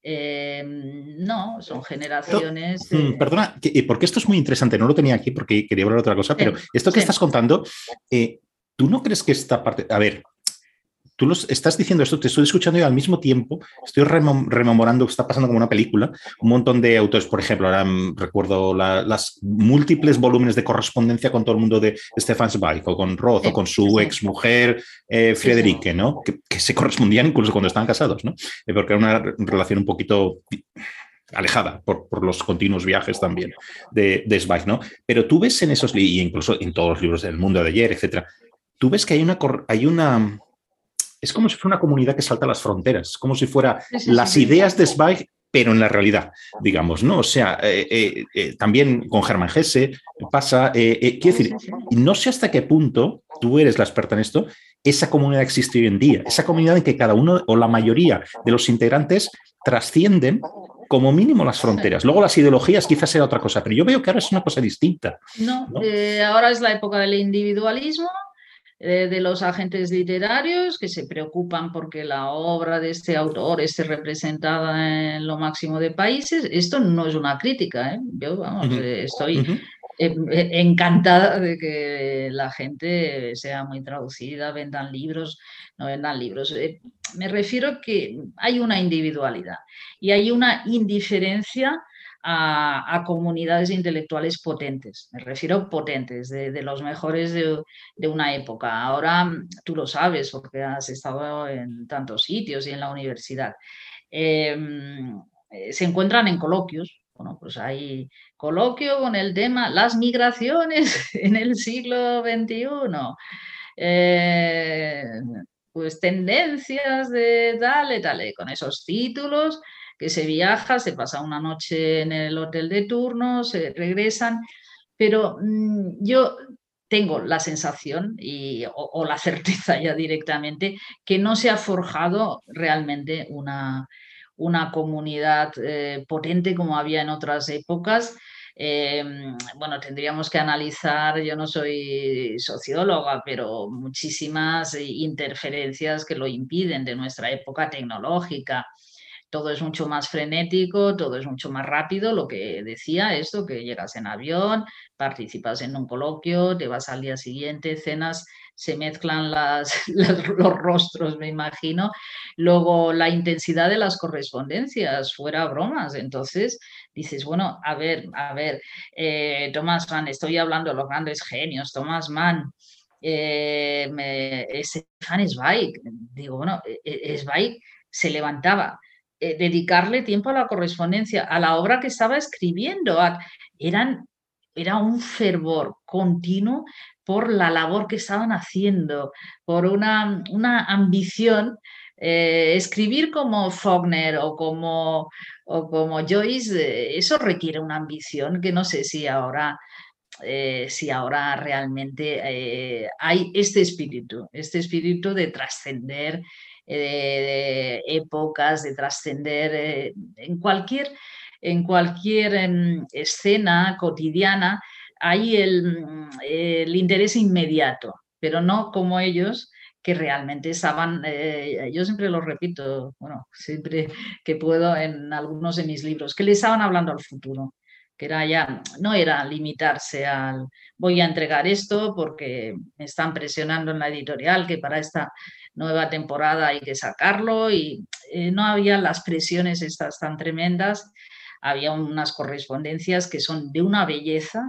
B: No, son generaciones...
A: Perdona, porque esto es muy interesante, no lo tenía aquí porque quería hablar de otra cosa, pero esto que estás contando, ¿tú no crees que esta parte... A ver, tú estás diciendo esto, te estoy escuchando y al mismo tiempo estoy rememorando, está pasando como una película, un montón de autores, por ejemplo, ahora recuerdo las múltiples volúmenes de correspondencia con todo el mundo de Stefan Zweig o con Roth o con su exmujer Friederike, ¿no? Que se correspondían incluso cuando estaban casados, ¿no? Porque era una relación un poquito alejada por los continuos viajes también de Zweig, ¿no? Pero tú ves en esos, y incluso en todos los libros del mundo de ayer, etcétera, tú ves que hay una es como si fuera una comunidad que salta las fronteras, como si fuera las ideas de Zweig, pero en la realidad, digamos, ¿no? O sea, también con Hermann Hesse pasa, quiero decir, no sé hasta qué punto, tú eres la experta en esto, esa comunidad existe hoy en día, esa comunidad en que cada uno o la mayoría de los integrantes trascienden como mínimo las fronteras. Luego las ideologías quizás sea otra cosa, pero yo veo que ahora es una cosa distinta.
B: No, ahora es la época del individualismo, de los agentes literarios que se preocupan porque la obra de este autor esté representada en lo máximo de países. Esto no es una crítica, ¿eh? Yo, vamos, estoy encantada de que la gente sea muy traducida, vendan libros, no vendan libros. Me refiero que hay una individualidad y hay una indiferencia a comunidades intelectuales potentes, me refiero potentes, de los mejores de una época. Ahora tú lo sabes porque has estado en tantos sitios y en la universidad. Se encuentran en coloquios. Bueno, pues hay coloquio con el tema las migraciones en el siglo XXI. Pues tendencias de tal, con esos títulos, que se viaja, se pasa una noche en el hotel de turno, se regresan, pero yo tengo la sensación o la certeza ya directamente que no se ha forjado realmente una comunidad potente como había en otras épocas. Bueno, tendríamos que analizar, yo no soy socióloga, pero muchísimas interferencias que lo impiden de nuestra época tecnológica. Todo es mucho más frenético, todo es mucho más rápido, lo que decía esto, que llegas en avión, participas en un coloquio, te vas al día siguiente, cenas, se mezclan los rostros, me imagino. Luego, la intensidad de las correspondencias, fuera bromas. Entonces, dices, bueno, a ver, Thomas Mann, estoy hablando de los grandes genios, Thomas Mann, Stefan Zweig, digo, bueno, Zweig se levantaba, dedicarle tiempo a la correspondencia, a la obra que estaba escribiendo, era un fervor continuo por la labor que estaban haciendo, por una ambición. Escribir como Faulkner o como Joyce, eso requiere una ambición que no sé si ahora realmente hay este espíritu de trascender épocas, de trascender en cualquier escena cotidiana. Hay el interés inmediato, pero no como ellos, que realmente estaban, yo siempre lo repito, bueno, siempre que puedo en algunos de mis libros, que le estaban hablando al futuro, que no era limitarse al voy a entregar esto porque me están presionando en la editorial que para esta nueva temporada hay que sacarlo, y no había las presiones estas tan tremendas. Había unas correspondencias que son de una belleza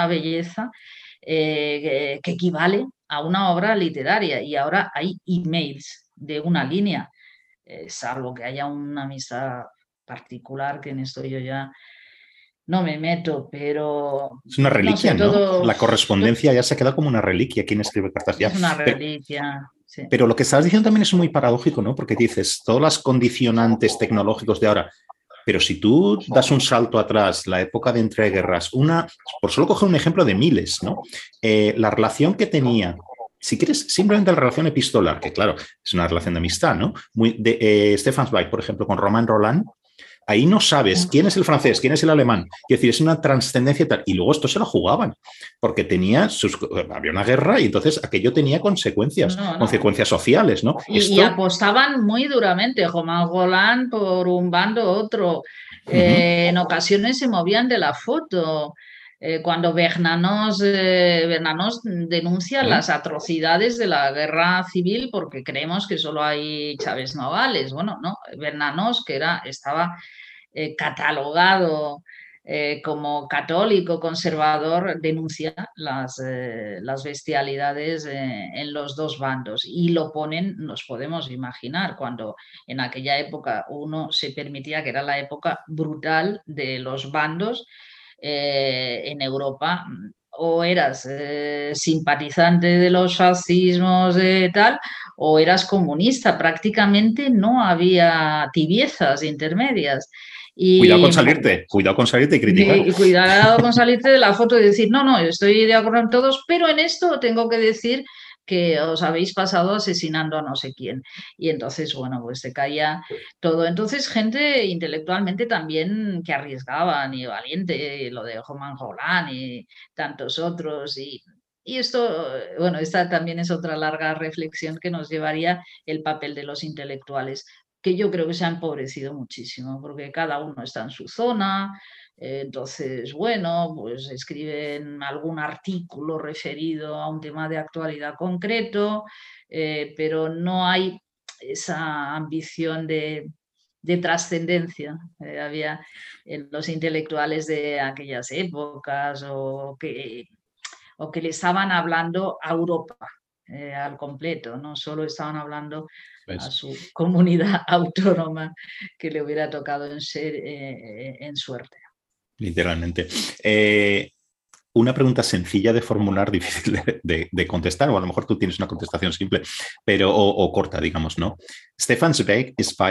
B: que equivale a una obra literaria, y ahora hay emails de una línea, salvo que haya una amistad particular, que en esto yo ya no me meto, pero...
A: Es una reliquia, ¿no? La correspondencia ya se ha quedado como una reliquia. ¿Quién escribe cartas ya?
B: Es una reliquia, sí.
A: Pero lo que estás diciendo también es muy paradójico, ¿no? Porque dices, todos los condicionantes tecnológicos de ahora, pero si tú das un salto atrás, la época de entreguerras, por solo coger un ejemplo de miles, ¿no? La relación que tenía, si quieres, simplemente la relación epistolar, que claro, es una relación de amistad, ¿no? De Stefan Zweig, por ejemplo, con Romain Rolland, ahí no sabes quién es el francés, quién es el alemán. Es decir, es una trascendencia y tal. Y luego esto se lo jugaban, porque había una guerra y entonces aquello tenía consecuencias sociales, ¿no?
B: Y apostaban muy duramente, Romain Rolland por un bando u otro. En ocasiones se movían de la foto. Cuando Bernanos denuncia las atrocidades de la guerra civil porque creemos que solo hay chaves navales. Bueno, no, Bernanos, que estaba catalogado como católico conservador, denuncia las bestialidades en los dos bandos y lo ponen, nos podemos imaginar, cuando en aquella época uno se permitía, que era la época brutal de los bandos en Europa. O eras simpatizante de los fascismos tal, o eras comunista. Prácticamente no había tibiezas intermedias.
A: Cuidado con salirte y criticar.
B: Y cuidado con salirte de la foto y decir, no, estoy de acuerdo en todos, pero en esto tengo que decir que os habéis pasado asesinando a no sé quién. Y entonces, bueno, pues se caía todo. Entonces, gente intelectualmente también que arriesgaban y valiente, lo de Romain Rolland y tantos otros. Y esto, bueno, esta también es otra larga reflexión que nos llevaría el papel de los intelectuales, que yo creo que se ha empobrecido muchísimo, porque cada uno está en su zona. Entonces, bueno, pues escriben algún artículo referido a un tema de actualidad concreto, pero no hay esa ambición de trascendencia. Había en los intelectuales de aquellas épocas o que le estaban hablando a Europa al completo, no solo estaban hablando a su comunidad autónoma que le hubiera tocado en suerte.
A: Literalmente. Una pregunta sencilla de formular, difícil de contestar, o a lo mejor tú tienes una contestación simple, pero o corta, digamos, ¿no? Stefan Zweig,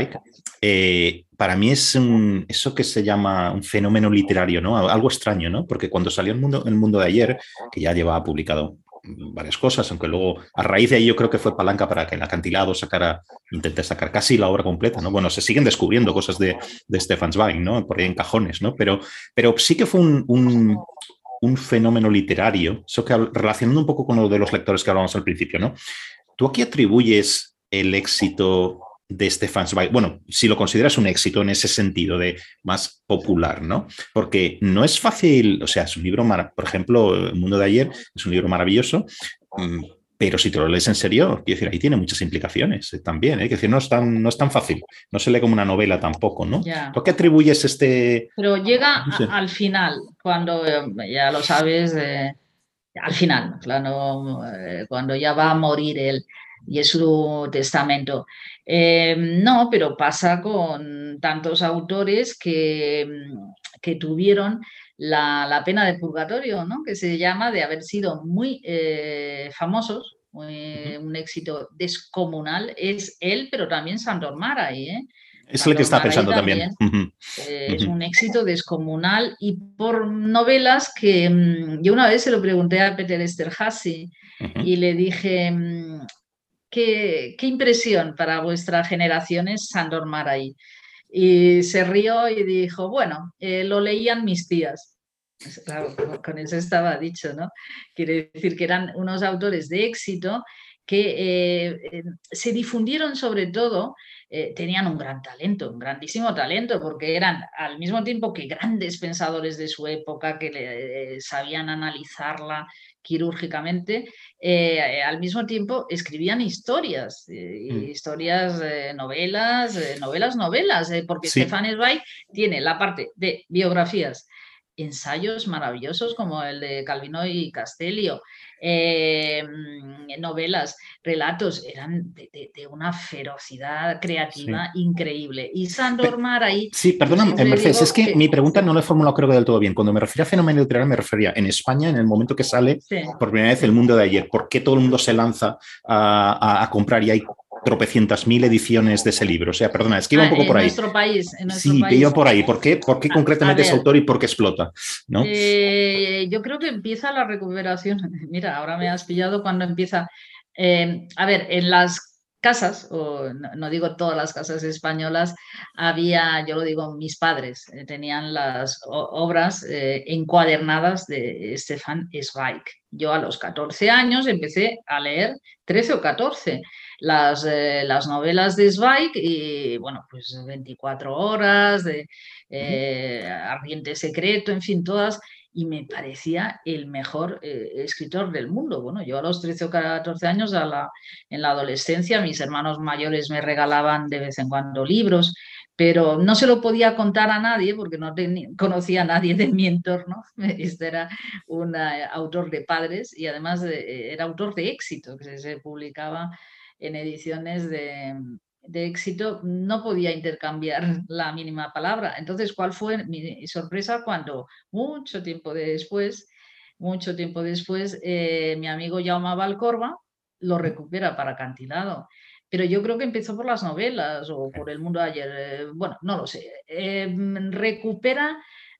A: para mí es eso que se llama un fenómeno literario, ¿no? Algo extraño, ¿no? Porque cuando salió el mundo de ayer, que ya llevaba publicado varias cosas, aunque luego a raíz de ahí yo creo que fue palanca para que el Acantilado intenté sacar casi la obra completa, ¿no? Bueno, se siguen descubriendo cosas de Stefan Zweig, ¿no? Por ahí en cajones, ¿no? Pero sí que fue un fenómeno literario, eso que relacionando un poco con lo de los lectores que hablábamos al principio, ¿no? ¿Tú a qué atribuyes el éxito de Stefan Zweig? Bueno, si lo consideras un éxito en ese sentido de más popular, ¿no? Porque no es fácil, o sea, es un libro, por ejemplo, El mundo de ayer es un libro maravilloso, pero si te lo lees en serio, quiero decir, ahí tiene muchas implicaciones también, ¿eh? Quiero decir, no es tan fácil, no se lee como una novela tampoco, ¿no?
B: Ya.
A: ¿Tú a qué atribuyes este...?
B: Pero llega al final, cuando ya lo sabes, al final, claro, cuando ya va a morir él y es su testamento. No, pero pasa con tantos autores que tuvieron la pena de purgatorio, ¿no? Que se llama, de haber sido muy famosos, un éxito descomunal. Es él, pero también Sándor Márai, ¿eh?
A: Es el que está pensando también.
B: Es un éxito descomunal, y por novelas que yo una vez se lo pregunté a Peter Esterházy y le dije, ¿qué impresión para vuestra generación es Sándor Márai? Y se rió y dijo, bueno, lo leían mis tías. Claro, con eso estaba dicho, ¿no? Quiere decir que eran unos autores de éxito que se difundieron sobre todo, tenían un gran talento, un grandísimo talento, porque eran al mismo tiempo que grandes pensadores de su época, que sabían analizarla quirúrgicamente, al mismo tiempo escribían historias, novelas, porque sí. Stefan Zweig tiene la parte de biografías, ensayos maravillosos como el de Calvino y Castellio, novelas, relatos, eran de una ferocidad creativa increíble. Y Sándor Márai...
A: Sí, perdóname, Mercedes, es que mi pregunta no la he formulado creo que del todo bien. Cuando me refería a fenómeno literario me refería en España, en el momento que sale por primera vez El mundo de ayer. ¿Por qué todo el mundo se lanza a comprar y hay tropecientas mil ediciones de ese libro? O sea, perdona, es que iba un poco por ahí.
B: En nuestro país.
A: Que iba por ahí. ¿Por qué concretamente ese autor y por qué explota? ¿No?
B: Yo creo que empieza la recuperación. Mira, ahora me has pillado cuando empieza. A ver, en las casas, o no digo todas las casas españolas, había, yo lo digo, mis padres tenían las obras encuadernadas de Stefan Zweig. Yo a los 14 años empecé a leer, 13 o 14, las novelas de Zweig y, bueno, pues 24 horas, de Ardiente Secreto, en fin, todas, y me parecía el mejor escritor del mundo. Bueno, yo a los 13 o 14 años, en la adolescencia, mis hermanos mayores me regalaban de vez en cuando libros, pero no se lo podía contar a nadie porque no conocía a nadie de mi entorno. Este era un autor de padres y además era autor de éxito, que se publicaba en ediciones de éxito, no podía intercambiar la mínima palabra. Entonces, ¿cuál fue mi sorpresa cuando mucho tiempo después, mi amigo Jaume Valcorba lo recupera para Acantilado? Pero yo creo que empezó por las novelas o por El Mundo de Ayer, bueno, no lo sé. Recupera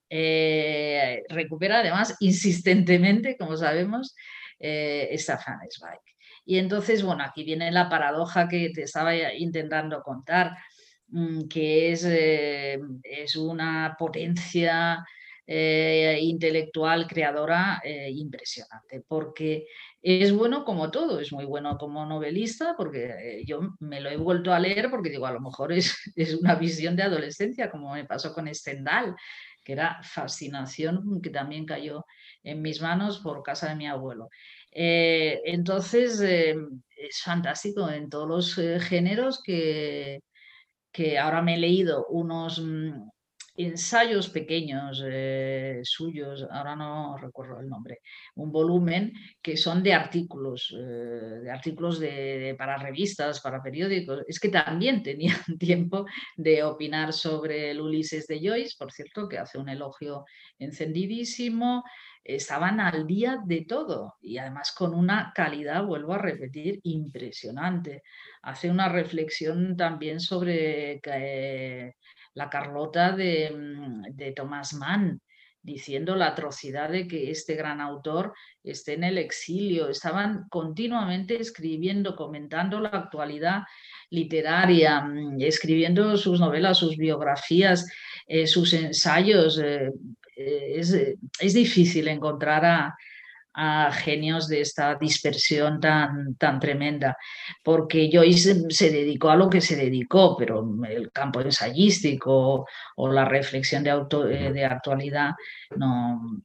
B: además insistentemente, como sabemos, Stefan Zweig. Y entonces, bueno, aquí viene la paradoja que te estaba intentando contar, que es una potencia intelectual, creadora impresionante, porque es bueno como todo, es muy bueno como novelista, porque yo me lo he vuelto a leer porque digo, a lo mejor es una visión de adolescencia, como me pasó con Stendhal, que era fascinación, que también cayó en mis manos por casa de mi abuelo. Entonces, es fantástico en todos los géneros que ahora me he leído unos ensayos pequeños suyos, ahora no recuerdo el nombre, un volumen que son de artículos para revistas, para periódicos. Es que también tenían tiempo de opinar sobre el Ulises de Joyce, por cierto, que hace un elogio encendidísimo. Estaban al día de todo y además con una calidad, vuelvo a repetir, impresionante. Hace una reflexión también sobre la Carlota de Thomas Mann, diciendo la atrocidad de que este gran autor esté en el exilio. Estaban continuamente escribiendo, comentando la actualidad literaria, escribiendo sus novelas, sus biografías, sus ensayos. Es difícil encontrar a genios de esta dispersión tan tremenda, porque Joyce se dedicó a lo que se dedicó, pero el campo ensayístico o la reflexión de actualidad no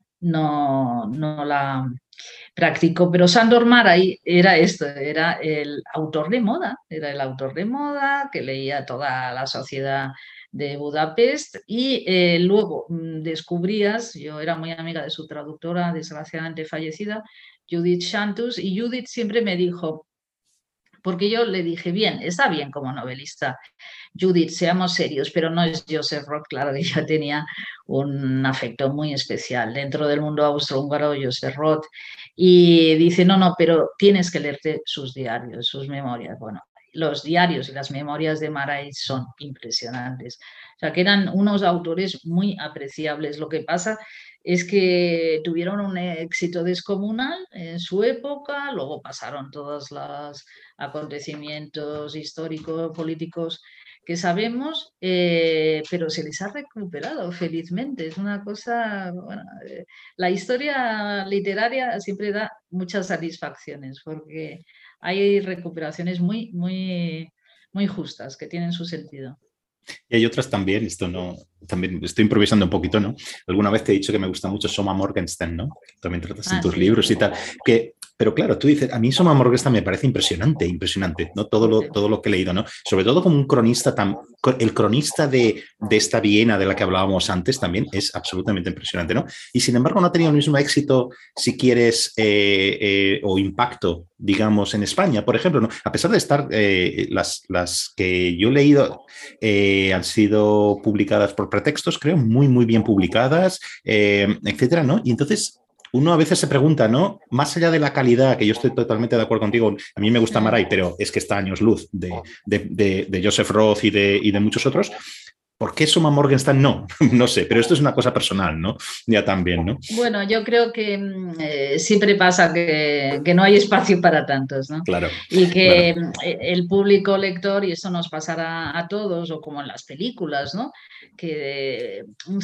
B: la practicó. Pero Sándor Márai era esto, era el autor de moda que leía toda la sociedad de Budapest y luego descubrías, yo era muy amiga de su traductora, desgraciadamente fallecida, Judith Shantus, y Judith siempre me dijo, porque yo le dije, bien, está bien como novelista, Judith, seamos serios, pero no es Joseph Roth. Claro que yo tenía un afecto muy especial dentro del mundo austrohúngaro, Joseph Roth, y dice, no, pero tienes que leerte sus diarios, sus memorias. Bueno, los diarios y las memorias de Márai son impresionantes. O sea, que eran unos autores muy apreciables. Lo que pasa es que tuvieron un éxito descomunal en su época, luego pasaron todos los acontecimientos históricos, políticos que sabemos, pero se les ha recuperado felizmente. Es una cosa, bueno, la historia literaria siempre da muchas satisfacciones porque hay recuperaciones muy, muy, muy justas que tienen su sentido.
A: Y hay otras también, también estoy improvisando un poquito, ¿no? Alguna vez te he dicho que me gusta mucho Soma Morgenstern, ¿no? También tratas en tus libros y tal. Pero claro, tú dices, a mí Soma Morgenstern me parece impresionante, ¿no? Todo lo que he leído, ¿no? Sobre todo como un cronista, el cronista de esta Viena de la que hablábamos antes también es absolutamente impresionante, ¿no? Y sin embargo no ha tenido el mismo éxito, si quieres, o impacto, digamos, en España, por ejemplo, ¿no? A pesar de estar, las que yo he leído han sido publicadas por pretextos, creo, muy, muy bien publicadas, etcétera, ¿no? Y entonces uno a veces se pregunta, ¿no? Más allá de la calidad, que yo estoy totalmente de acuerdo contigo, a mí me gusta Márai, pero es que está años luz de Joseph Roth y de muchos otros, ¿Por qué Suma Morgenstern no? No sé, pero esto es una cosa personal, ¿no? Ya también, ¿no?
B: Bueno, yo creo que siempre pasa que no hay espacio para tantos, ¿no?
A: Claro,
B: Y que
A: claro.
B: el público lector, y eso nos pasará a todos, o como en las películas, ¿no? Que un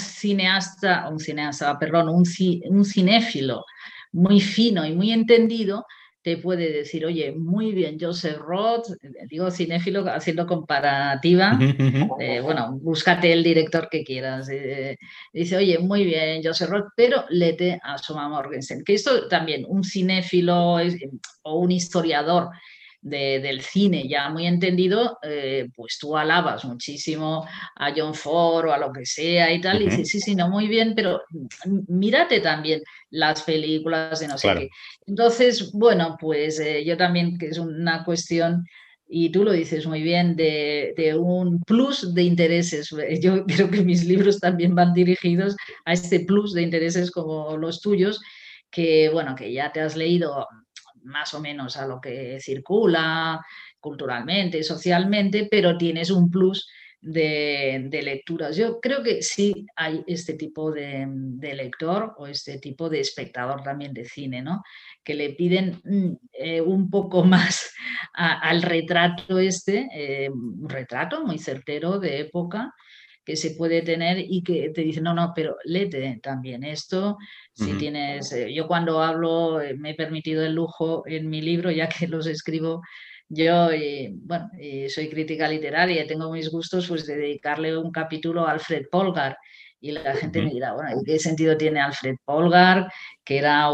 B: cinéfilo muy fino y muy entendido te puede decir, oye, muy bien, Joseph Roth, digo cinéfilo haciendo comparativa, bueno, búscate el director que quieras. Dice, oye, muy bien, Joseph Roth, pero léete a Soma Morgenstern. Que esto también, un cinéfilo o un historiador del cine ya muy entendido, pues tú alabas muchísimo a John Ford o a lo que sea y tal, y dices, sí, no, muy bien, pero mírate también las películas de no sé qué. Entonces, bueno, pues yo también, que es una cuestión, y tú lo dices muy bien, de un plus de intereses. Yo creo que mis libros también van dirigidos a este plus de intereses como los tuyos, que bueno, que ya te has leído más o menos a lo que circula culturalmente, socialmente, pero tienes un plus de lecturas. Yo creo que sí hay este tipo de lector o este tipo de espectador también de cine, ¿no? Que le piden un poco más al retrato un retrato muy certero de época que se puede tener y que te dicen, no, pero léete también esto, si tienes, yo cuando hablo me he permitido el lujo en mi libro, ya que los escribo yo, bueno, soy crítica literaria y tengo mis gustos, pues de dedicarle un capítulo a Alfred Polgar. Y la gente me dirá, bueno, ¿qué sentido tiene Alfred Polgar? Que era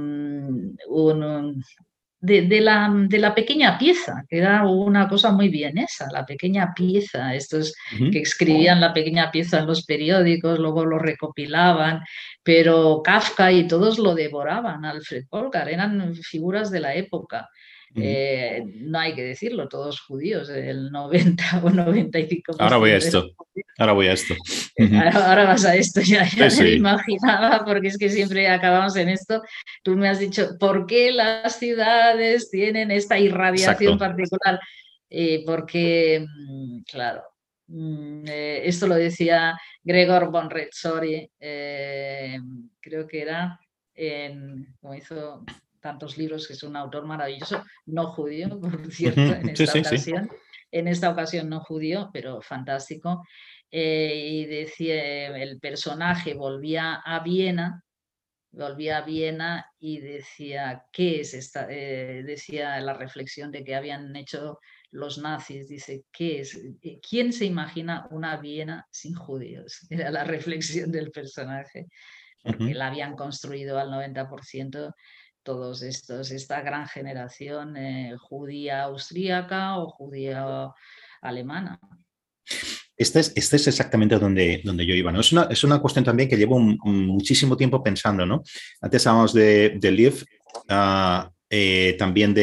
B: de la pequeña pieza, que era una cosa muy vienesa, la pequeña pieza, estos que escribían la pequeña pieza en los periódicos, luego lo recopilaban, pero Kafka y todos lo devoraban, Alfred Polgar, eran figuras de la época. No hay que decirlo, todos judíos, el 90 o 95%.
A: Ahora voy a esto.
B: Ahora vas a esto, ya
A: Sí,
B: me lo imaginaba, porque es que siempre acabamos en esto. Tú me has dicho, ¿por qué las ciudades tienen esta irradiación particular? Porque, claro, esto lo decía Gregor von Retzory, creo que era, como hizo tantos libros, que es un autor maravilloso, no judío, por cierto, en esta ocasión. En esta ocasión no judío, pero fantástico. Y decía, el personaje volvía a Viena y decía, ¿qué es esta? Decía la reflexión de que habían hecho los nazis, dice, ¿qué es? ¿Quién se imagina una Viena sin judíos? Era la reflexión del personaje, porque la habían construido al 90% todos estos, esta gran generación judía austríaca o judía alemana.
A: Este es exactamente donde yo iba, ¿no? Es una cuestión también que llevo muchísimo tiempo pensando, ¿no? Antes hablábamos de Liev, también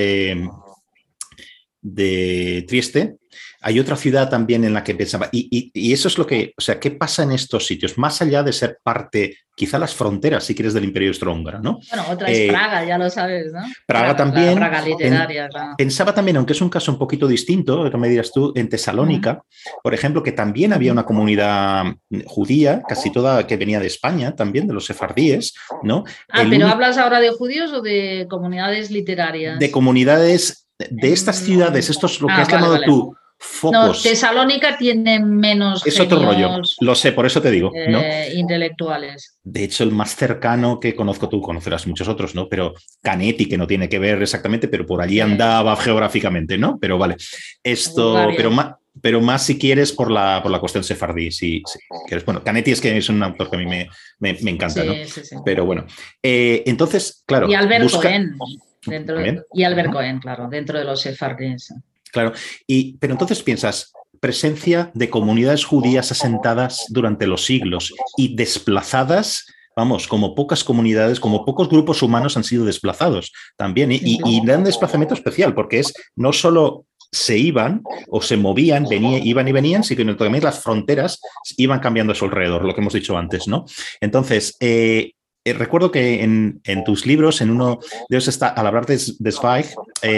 A: de Trieste. Hay otra ciudad también en la que pensaba, y eso es lo que, o sea, ¿qué pasa en estos sitios? Más allá de ser parte, quizá las fronteras, si quieres, del Imperio Austrohúngaro, ¿no?
B: Bueno, otra es Praga, ya lo sabes, ¿no?
A: Praga también.
B: Praga literaria, claro.
A: Pensaba también, aunque es un caso un poquito distinto, que me dirás tú, en Tesalónica, por ejemplo, que también había una comunidad judía, casi toda que venía de España, también de los sefardíes, ¿no?
B: Pero ¿hablas ahora de judíos o de comunidades literarias?
A: De comunidades de estas ciudades, esto es lo que has llamado tú. Focos.
B: No, Tesalónica tiene menos
A: es otro rollo, lo sé, por eso te digo, ¿no?
B: Intelectuales.
A: De hecho, el más cercano que conozco, tú conocerás muchos otros, ¿no? Pero Canetti, que no tiene que ver exactamente, pero por allí andaba geográficamente, ¿no? Pero vale, esto, pero más si quieres por la cuestión sefardí, si quieres. Bueno, Canetti es que es un autor que a mí me encanta, ¿no? Sí. Pero bueno, entonces, claro.
B: Y Albert Cohen, Cohen, claro, dentro de los sefardíes.
A: Claro, pero entonces piensas, presencia de comunidades judías asentadas durante los siglos y desplazadas, vamos, como pocas comunidades, como pocos grupos humanos han sido desplazados también, y dan desplazamiento especial, porque es no solo se iban o se movían, iban y venían, sino que también las fronteras iban cambiando a su alrededor, lo que hemos dicho antes, ¿no? Entonces, recuerdo que en tus libros, en uno de ellos está, al hablar de Zweig,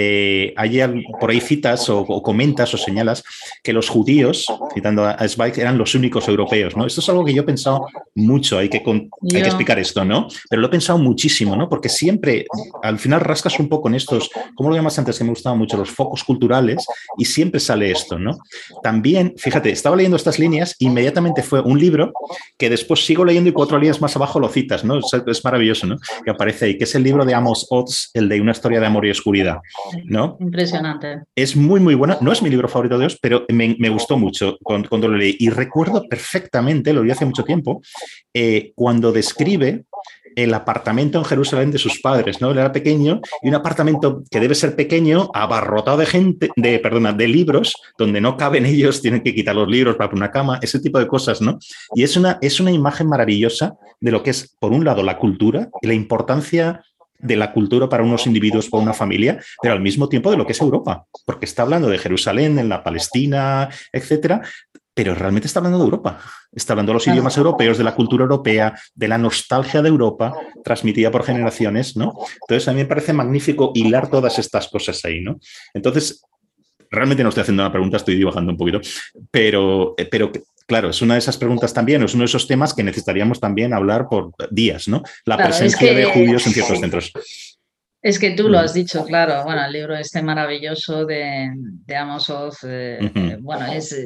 A: por ahí citas o comentas o señalas que los judíos, citando a Zweig, eran los únicos europeos, ¿no? Esto es algo que yo he pensado mucho, hay que explicar esto, ¿no? Pero lo he pensado muchísimo, ¿no? Porque siempre, al final rascas un poco en estos, ¿cómo lo llamas antes? Que me gustaban mucho, los focos culturales, y siempre sale esto, ¿no? También, fíjate, estaba leyendo estas líneas, inmediatamente fue un libro que después sigo leyendo y 4 líneas más abajo lo citas, ¿no? Es maravilloso, ¿no? Que aparece ahí, que es el libro de Amos Oz, el de Una historia de amor y oscuridad, ¿no?
B: Impresionante.
A: Es muy, muy bueno. No es mi libro favorito de Dios, pero me gustó mucho cuando lo leí. Y recuerdo perfectamente, lo leí hace mucho tiempo, cuando describe el apartamento en Jerusalén de sus padres, ¿no? Él era pequeño y un apartamento que debe ser pequeño, abarrotado de gente, de libros, donde no caben ellos, tienen que quitar los libros para poner una cama, ese tipo de cosas, ¿no? Y es una imagen maravillosa de lo que es, por un lado, la cultura y la importancia de la cultura para unos individuos, para una familia, pero al mismo tiempo de lo que es Europa, porque está hablando de Jerusalén, en la Palestina, etcétera, pero realmente está hablando de Europa. Está hablando de los idiomas europeos, de la cultura europea, de la nostalgia de Europa, transmitida por generaciones, ¿no? Entonces, a mí me parece magnífico hilar todas estas cosas ahí, ¿no? Entonces, realmente no estoy haciendo una pregunta, estoy divagando un poquito, pero claro, es una de esas preguntas también, es uno de esos temas que necesitaríamos también hablar por días, ¿no? La presencia de judíos en ciertos centros.
B: Es que tú lo has dicho, claro. Bueno, el libro este maravilloso de Amos Oz, bueno,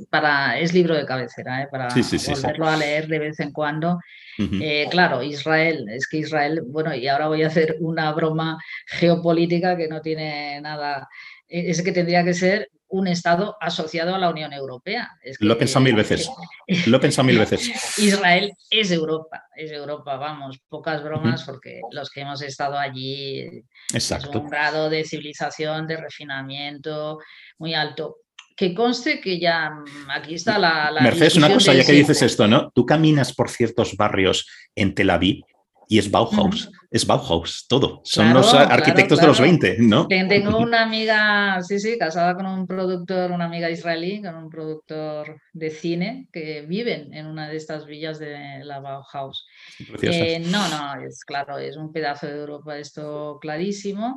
B: es libro de cabecera, para volverlo a leer de vez en cuando. Claro, Israel, bueno, y ahora voy a hacer una broma geopolítica que no tiene nada, es que tendría que ser un Estado asociado a la Unión Europea.
A: Lo he pensado 1000 veces. Lo he pensado 1000 veces.
B: Israel es Europa, vamos, pocas bromas, porque los que hemos estado allí,
A: exacto,
B: es un grado de civilización, de refinamiento muy alto. Que conste que ya aquí está la
A: Mercedes, una cosa, ya que dices esto, ¿no? Tú caminas por ciertos barrios en Tel Aviv y es Bauhaus, es Bauhaus, todo. Son los arquitectos de los 20, ¿no?
B: Tengo una amiga, casada con un productor, una amiga israelí, con un productor de cine, que viven en una de estas villas de la Bauhaus. No, es claro, es un pedazo de Europa esto clarísimo.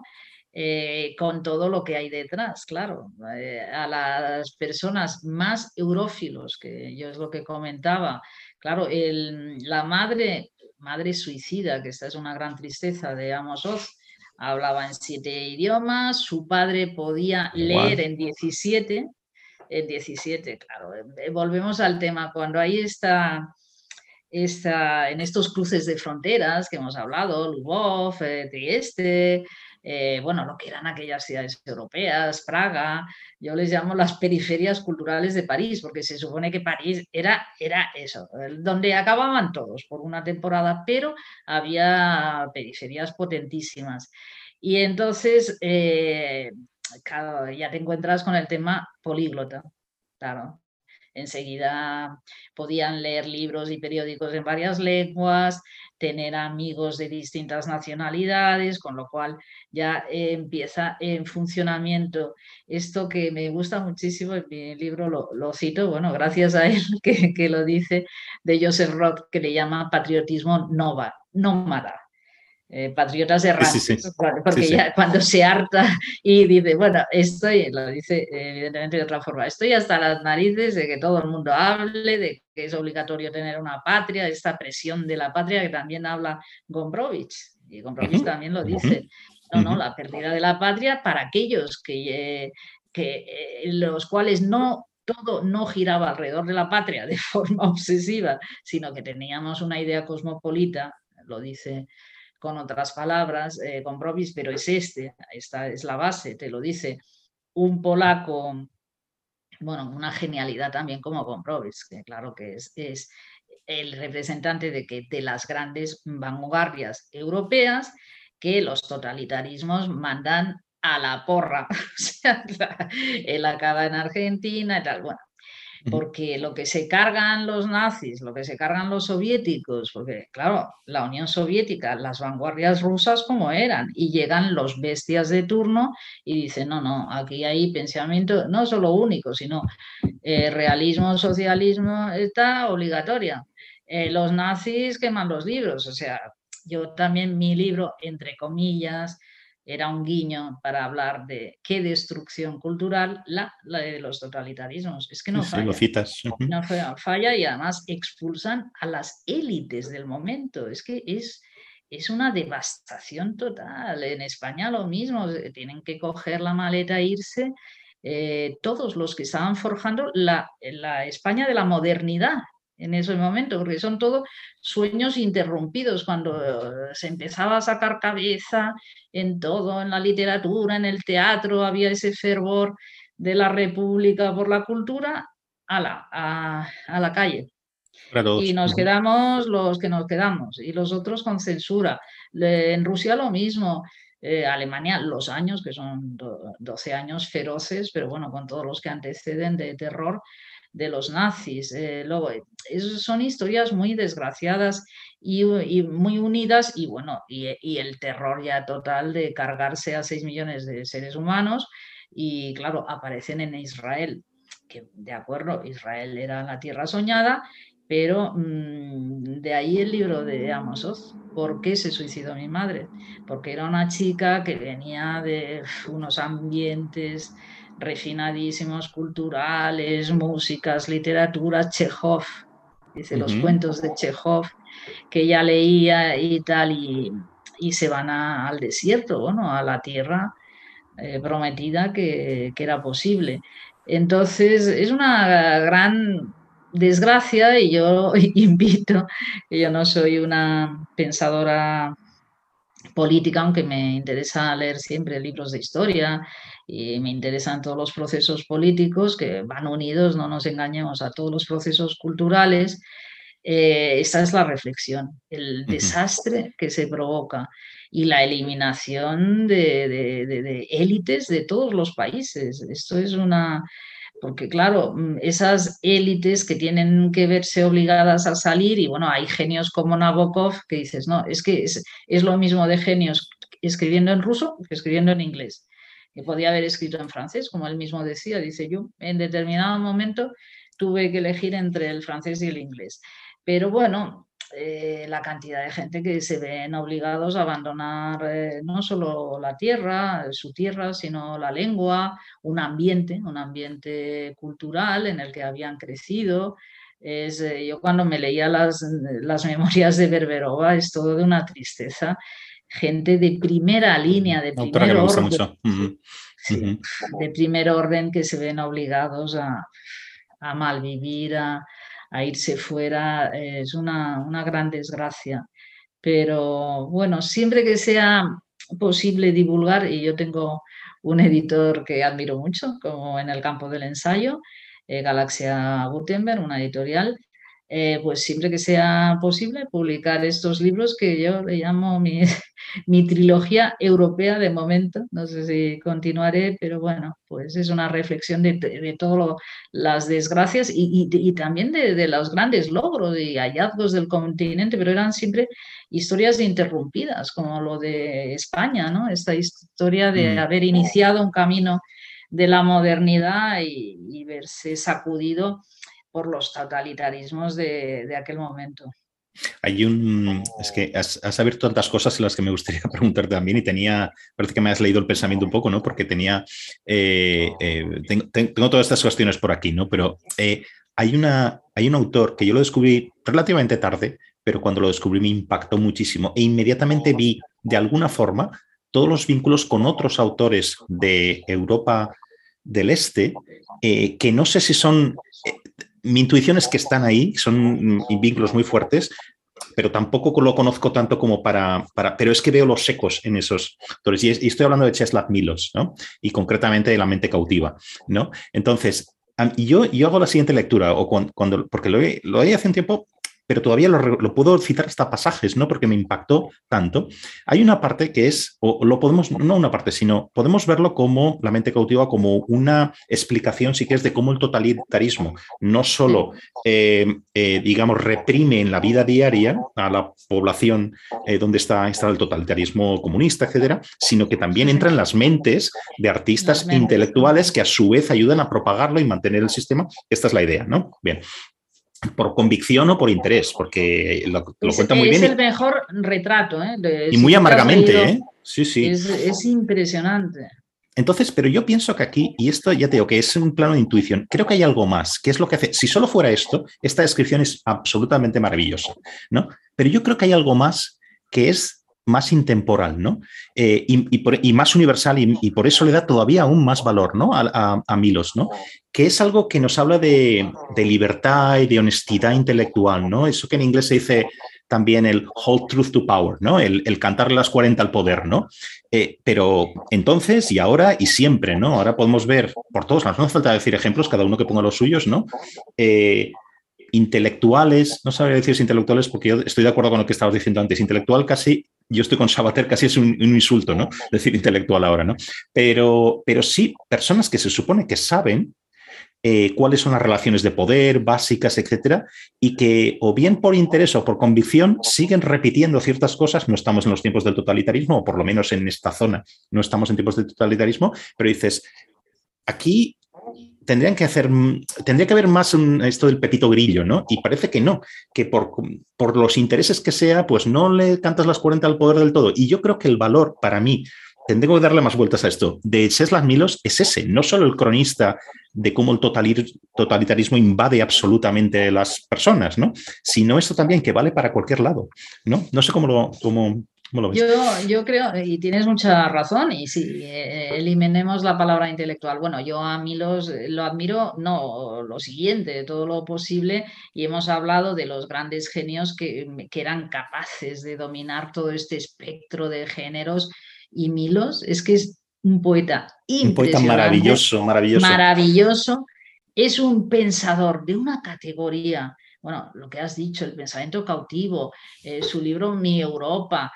B: Con todo lo que hay detrás, claro. A las personas más eurófilos, que yo es lo que comentaba, claro, la madre suicida, que esta es una gran tristeza de Amos Oz, hablaba en 7 idiomas, su padre podía leer en 17, claro. Volvemos al tema, cuando ahí está en estos cruces de fronteras que hemos hablado, Lvov, Trieste, bueno, lo que eran aquellas ciudades europeas, Praga, yo les llamo las periferias culturales de París, porque se supone que París era eso, donde acababan todos por una temporada, pero había periferias potentísimas. Y entonces, claro, ya te encuentras con el tema políglota, claro. Enseguida podían leer libros y periódicos en varias lenguas, tener amigos de distintas nacionalidades, con lo cual ya empieza en funcionamiento esto que me gusta muchísimo, en mi libro lo cito, bueno, gracias a él que lo dice, de Joseph Roth, que le llama patriotismo nómada. Patriotas errantes, porque ya cuando se harta y dice, bueno, lo dice evidentemente de otra forma, estoy hasta las narices de que todo el mundo hable, de que es obligatorio tener una patria, esta presión de la patria que también habla Gombrowicz, y Gombrowicz también lo dice, la pérdida de la patria para aquellos que los cuales todo no giraba alrededor de la patria de forma obsesiva, sino que teníamos una idea cosmopolita, lo dice con otras palabras, Gombrowicz, pero esta es la base, te lo dice un polaco, bueno, una genialidad también como Gombrowicz, que claro que es el representante de las grandes vanguardias europeas, que los totalitarismos mandan a la porra, o sea, él acaba en Argentina y tal, bueno. Porque lo que se cargan los nazis, lo que se cargan los soviéticos, porque claro, la Unión Soviética, las vanguardias rusas como eran, y llegan los bestias de turno y dicen, no, aquí hay pensamiento no solo único, sino realismo, socialismo, está obligatoria. Los nazis queman los libros, o sea, yo también mi libro, entre comillas, era un guiño para hablar de qué destrucción cultural la de los totalitarismos. Es que no
A: Sí, lo
B: falla.
A: citas.
B: No falla y además expulsan a las élites del momento. Es que es una devastación total. En España lo mismo, tienen que coger la maleta e irse todos los que estaban forjando la España de la modernidad en ese momento, porque son todos sueños interrumpidos cuando se empezaba a sacar cabeza en todo, en la literatura, en el teatro, había ese fervor de la República por la cultura, a la calle.
A: Claro.
B: Y nos quedamos los que nos quedamos y los otros con censura. En Rusia lo mismo. Alemania, los años, que son 12 años feroces, pero bueno, con todos los que anteceden de terror de los nazis. Luego, son historias muy desgraciadas y muy unidas y bueno, y el terror ya total de cargarse a 6 millones de seres humanos y claro, aparecen en Israel, que de acuerdo, Israel era la tierra soñada, pero de ahí el libro de Amos Oz. ¿Por qué se suicidó mi madre? Porque era una chica que venía de unos ambientes refinadísimos, culturales, músicas, literatura, Chekhov, dice los cuentos de Chekhov, que ella leía y tal, y se van al desierto, bueno, a la tierra prometida que era posible. Entonces, es una gran desgracia y yo invito, yo no soy una pensadora política, aunque me interesa leer siempre libros de historia y me interesan todos los procesos políticos que van unidos, no nos engañemos, a todos los procesos culturales. Esta es la reflexión, el desastre que se provoca y la eliminación de élites de todos los países. Esto es una... Porque claro, esas élites que tienen que verse obligadas a salir y bueno, hay genios como Nabokov que dices, no, es que es lo mismo de genios escribiendo en ruso que escribiendo en inglés. Que podía haber escrito en francés, como él mismo decía, dice yo, en determinado momento tuve que elegir entre el francés y el inglés. Pero bueno, la cantidad de gente que se ven obligados a abandonar no solo la tierra, su tierra, sino la lengua, un ambiente cultural en el que habían crecido. Yo cuando me leía las memorias de Berberova es todo de una tristeza. Gente de primera línea, de
A: Autora que
B: primer
A: me gusta
B: orden,
A: mucho.
B: sí, de primer orden que se ven obligados a malvivir, a irse fuera, es una gran desgracia. Pero bueno, siempre que sea posible divulgar, y yo tengo un editor que admiro mucho, como en el campo del ensayo, Galaxia Gutenberg, una editorial, pues siempre que sea posible publicar estos libros que yo le llamo mi trilogía europea de momento. No sé si continuaré, pero bueno, pues es una reflexión de todas las desgracias y también de los grandes logros y hallazgos del continente, pero eran siempre historias interrumpidas, como lo de España, ¿no? Esta historia de haber iniciado un camino de la modernidad y verse sacudido por los totalitarismos de aquel momento.
A: Es que has abierto tantas cosas en las que me gustaría preguntarte también y parece que me has leído el pensamiento un poco, ¿no? Porque tengo todas estas cuestiones por aquí, ¿no? Pero hay un autor que yo lo descubrí relativamente tarde, pero cuando lo descubrí me impactó muchísimo e inmediatamente vi de alguna forma todos los vínculos con otros autores de Europa del Este, que no sé si son... mi intuición es que están ahí, son vínculos muy fuertes, pero tampoco lo conozco tanto como pero es que veo los ecos en esos autores. Y estoy hablando de Czeslaw Milosz, ¿no? Y concretamente de La mente cautiva, ¿no? Entonces, yo hago la siguiente lectura, porque lo leí hace un tiempo, pero todavía lo puedo citar hasta pasajes, ¿no? Porque me impactó tanto. Hay una parte que es, no una parte, sino podemos verlo como La mente cautiva, como una explicación, si quieres, de cómo el totalitarismo no solo, digamos, reprime en la vida diaria a la población donde está el totalitarismo comunista, etcétera, sino que también entra en las mentes de artistas intelectuales que a su vez ayudan a propagarlo y mantener el sistema. Esta es la idea, ¿no? Bien. por convicción o por interés, porque lo cuenta muy bien.
B: Es el mejor retrato, ¿eh?
A: Y muy amargamente, ¿eh? Sí, sí.
B: Es impresionante.
A: Entonces, pero yo pienso que aquí, y esto ya te digo que es un plano de intuición, creo que hay algo más, que es lo que hace. Si solo fuera esto, esta descripción es absolutamente maravillosa, ¿no? Pero yo creo que hay algo más que es más intemporal, ¿no? Y más universal, y por eso le da todavía aún más valor, ¿no? A Milos, ¿no? Que es algo que nos habla de libertad y de honestidad intelectual, ¿no? Eso que en inglés se dice también el hold truth to power, ¿no? El cantarle las 40 al poder, ¿no? Pero entonces y ahora y siempre, ¿no? Ahora podemos ver por todos lados, no hace falta decir ejemplos, cada uno que ponga los suyos, ¿no? Intelectuales, no sabría decir intelectuales porque yo estoy de acuerdo con lo que estabas diciendo antes, intelectual casi, yo estoy con Sabater, casi es un insulto, ¿no? Decir intelectual ahora, ¿no? Pero sí, personas que se supone que saben cuáles son las relaciones de poder básicas, etcétera, y que o bien por interés o por convicción siguen repitiendo ciertas cosas. No estamos en los tiempos del totalitarismo, o por lo menos en esta zona no estamos en tiempos de totalitarismo, pero dices, aquí tendría que haber más esto del Pepito Grillo, ¿no? Y parece que no, que por los intereses que sea, pues no le cantas las 40 al poder del todo. Y yo creo que el valor para mí, tendré que darle más vueltas a esto, de Czesław Milosz es ese, no solo el cronista de cómo el totalitarismo invade absolutamente las personas, ¿no? Sino esto también que vale para cualquier lado, ¿no? No sé cómo lo ves.
B: Yo creo, y tienes mucha razón, y sí, eliminemos la palabra intelectual. Bueno, yo a Milosz lo admiro, no, lo siguiente, todo lo posible, y hemos hablado de los grandes genios que eran capaces de dominar todo este espectro de géneros, y Milosz es que es un poeta impresionante.
A: Un poeta maravilloso, maravilloso.
B: Maravilloso, es un pensador de una categoría. Bueno, lo que has dicho, el pensamiento cautivo, su libro Mi Europa.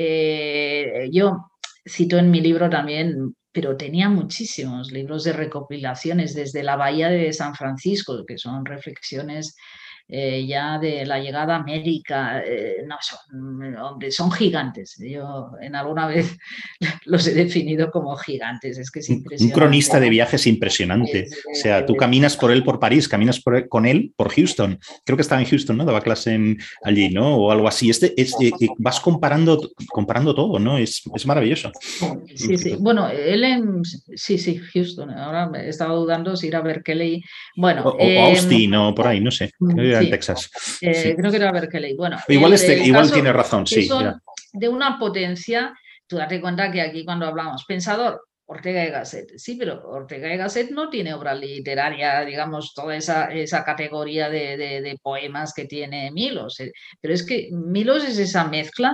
B: Yo cito en mi libro también, pero tenía muchísimos libros de recopilaciones desde la Bahía de San Francisco, que son reflexiones ya de la llegada a América. No, son gigantes. Yo en alguna vez los he definido como gigantes. Es que es impresionante.
A: Un cronista de viajes impresionante. O sea, tú caminas por él por París, caminas con él por Houston. Creo que estaba en Houston, ¿no? Daba clase allí, ¿no? O algo así. Vas comparando todo, ¿no? Es maravilloso.
B: Sí, sí. Bueno, sí, Houston. Ahora he estado dudando si ir a Berkeley. Bueno,
A: o Austin o por ahí, no sé. Creo que era en Texas.
B: Sí. Creo que era Berkeley. Bueno,
A: igual tiene razón, sí.
B: Son de una potencia. Tú date cuenta que aquí cuando hablamos pensador, Ortega y Gasset, sí, pero Ortega y Gasset no tiene obra literaria, digamos, toda esa categoría de poemas que tiene Milosz. Pero es que Milosz es esa mezcla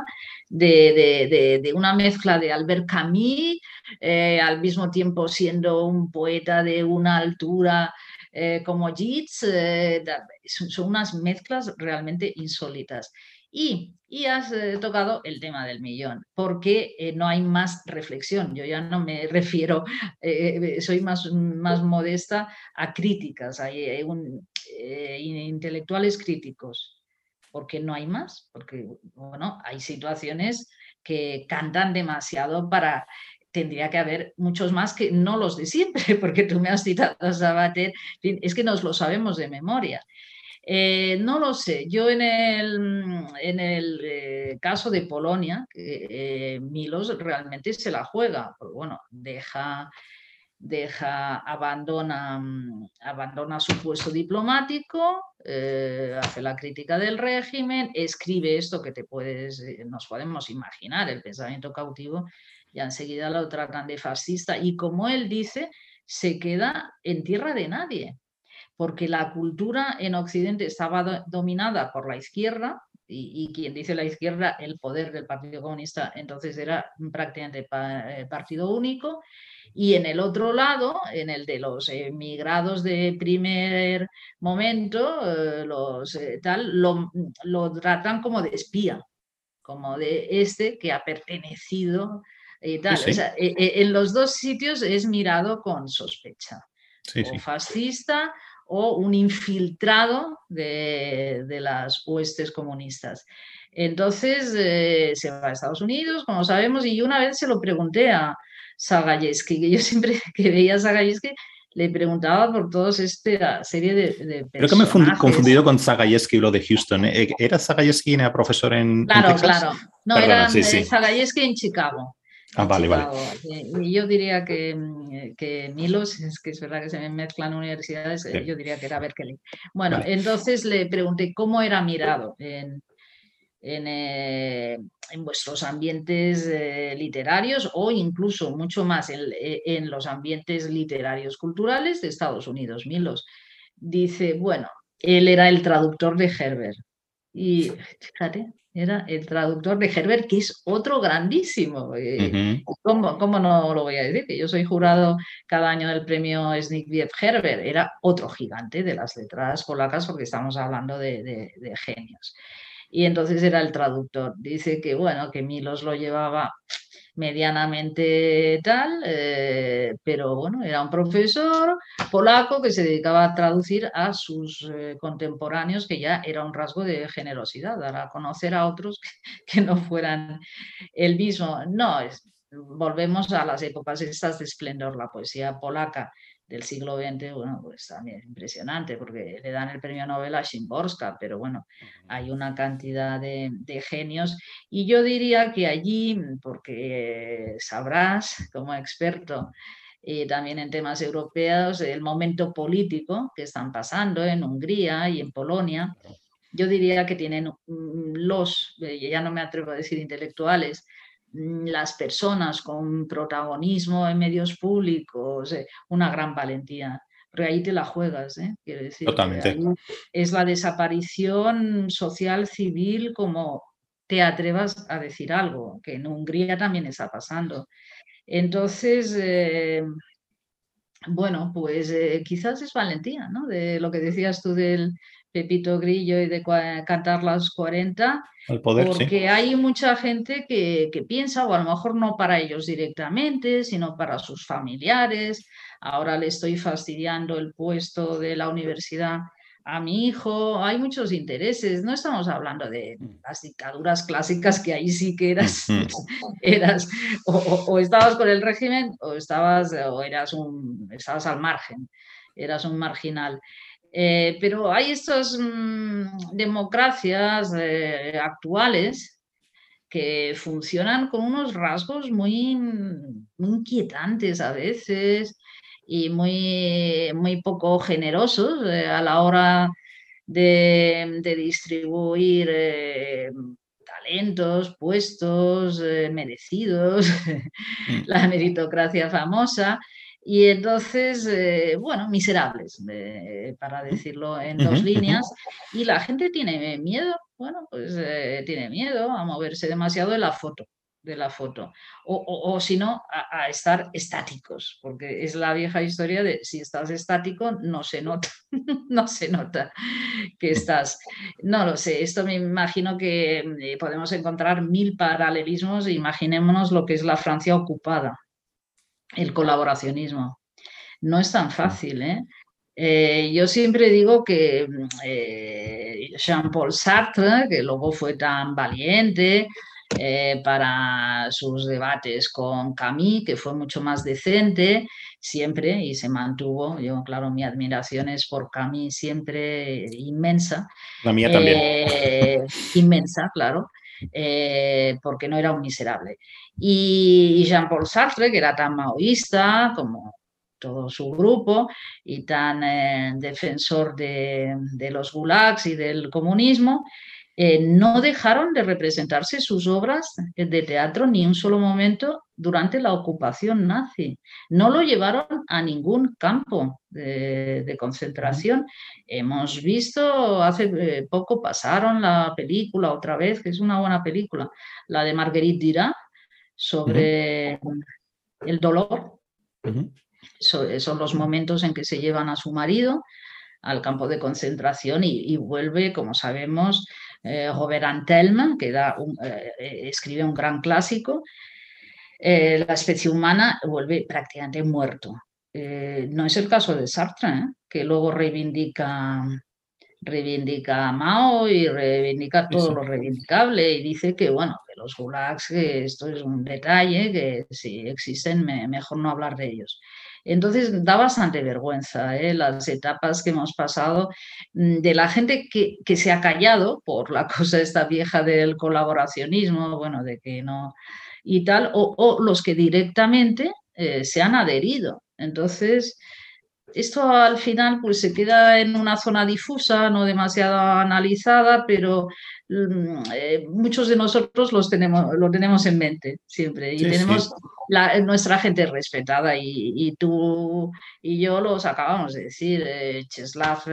B: de una mezcla de Albert Camus, al mismo tiempo siendo un poeta de una altura como Yeats. Son unas mezclas realmente insólitas. Y has tocado el tema del millón, porque no hay más reflexión. Yo ya no me refiero, soy más modesta a críticas, hay intelectuales críticos, porque no hay más, porque bueno, hay situaciones que cantan demasiado para... Tendría que haber muchos más que no los de siempre, porque tú me has citado a Sabater, es que nos lo sabemos de memoria. No lo sé. Yo en el caso de Polonia, Milosz realmente se la juega. Pero bueno, abandona su puesto diplomático, hace la crítica del régimen, escribe esto que nos podemos imaginar, el pensamiento cautivo, y enseguida lo tratan de fascista. Y como él dice, se queda en tierra de nadie, porque la cultura en Occidente estaba dominada por la izquierda, y quien dice la izquierda, el poder del Partido Comunista, entonces era prácticamente partido único, y en el otro lado, en el de los emigrados de primer momento, lo tratan como de espía, como de que ha pertenecido y tal. Sí. O sea, en los dos sitios es mirado con sospecha, o fascista o un infiltrado de las huestes comunistas. Entonces se va a Estados Unidos, como sabemos, y una vez se lo pregunté a Sagayevsky, que yo siempre que veía a Sagayevsky le preguntaba por toda esta serie de
A: Creo que me he
B: personajes.
A: confundido con Zagayevsky y lo de Houston. ¿Era Zagayevsky, era profesor en
B: Claro,
A: Texas?
B: claro. No,
A: Perdona,
B: era
A: sí.
B: Zagayevsky en Chicago.
A: Ah, vale,
B: Chicago.
A: vale.
B: Y yo diría que Milos, es que es verdad que se me mezclan universidades,
A: Sí.
B: yo diría que era Berkeley. Bueno,
A: Vale.
B: entonces le pregunté cómo era mirado en vuestros ambientes literarios o incluso mucho más en los ambientes literarios culturales de Estados Unidos. Milos dice, bueno, él era el traductor de Herbert y fíjate, era el traductor de Herbert, que es otro grandísimo. ¿Cómo no lo voy a decir? Que yo soy jurado cada año del premio Zbigniew Herbert. Era otro gigante de las letras polacas porque estamos hablando de genios. Y entonces era el traductor. Dice que, bueno, que Milos lo llevaba medianamente tal, pero bueno, era un profesor polaco que se dedicaba a traducir a sus contemporáneos, que ya era un rasgo de generosidad, dar a conocer a otros que no fueran el mismo. No, volvemos a las épocas estas de esplendor, la poesía polaca del siglo XX, bueno, pues también es impresionante porque le dan el premio Nobel a Szymborska, pero bueno, hay una cantidad de genios y yo diría que allí, porque sabrás como experto también en temas europeos, el momento político que están pasando en Hungría y en Polonia, yo diría que tienen ya no me atrevo a decir intelectuales, las personas con protagonismo en medios públicos, una gran valentía. Porque ahí te la juegas, quiero decir.
A: Totalmente.
B: Es la desaparición social, civil, como te atrevas a decir algo, que en Hungría también está pasando. Entonces, bueno, pues quizás es valentía, ¿no? De lo que decías tú del Pepito Grillo y de cantar las 40,
A: El poder,
B: porque
A: sí.
B: hay mucha gente que piensa, o a lo mejor no para ellos directamente, sino para sus familiares. Ahora le estoy fastidiando el puesto de la universidad a mi hijo. Hay muchos intereses. No estamos hablando de las dictaduras clásicas, que ahí sí que eras o estabas con el régimen o estabas al margen, eras un marginal. Pero hay estas democracias actuales que funcionan con unos rasgos muy, muy inquietantes a veces y muy poco generosos a la hora de distribuir talentos, puestos merecidos, la meritocracia famosa. Y entonces, bueno, miserables, para decirlo en dos líneas, y la gente tiene miedo, bueno, pues tiene miedo a moverse demasiado de la foto, o si no, a estar estáticos, porque es la vieja historia de si estás estático no se nota, no se nota que estás, no lo sé, esto me imagino que podemos encontrar 1000 paralelismos, imaginémonos lo que es la Francia ocupada, el colaboracionismo. No es tan fácil, yo siempre digo que Jean-Paul Sartre, que luego fue tan valiente para sus debates con Camus, que fue mucho más decente, siempre, y se mantuvo. Yo, claro, mi admiración es por Camus siempre inmensa.
A: La mía también.
B: Inmensa, claro. Porque no era un miserable. Y Jean-Paul Sartre, que era tan maoísta como todo su grupo y tan defensor de los gulags y del comunismo, no dejaron de representarse sus obras de teatro ni un solo momento durante la ocupación nazi. No lo llevaron a ningún campo de concentración. Hemos visto, hace poco pasaron la película otra vez, que es una buena película, la de Marguerite Duras, sobre el dolor. Son los momentos en que se llevan a su marido al campo de concentración y vuelve, como sabemos, Robert Antelme, que escribe un gran clásico, La especie humana, vuelve prácticamente muerto. No es el caso de Sartre, que luego reivindica a Mao y reivindica todo lo reivindicable y dice que, bueno, que los gulags, que esto es un detalle, que si existen, mejor no hablar de ellos. Entonces da bastante vergüenza, las etapas que hemos pasado de la gente que se ha callado por la cosa esta vieja del colaboracionismo, bueno, de que no y tal, o los que directamente se han adherido. Entonces, esto al final pues se queda en una zona difusa, no demasiado analizada, pero muchos de nosotros lo tenemos en mente siempre y
A: Sí, sí.
B: tenemos nuestra gente respetada y tú y yo los acabamos de decir, Czeslaw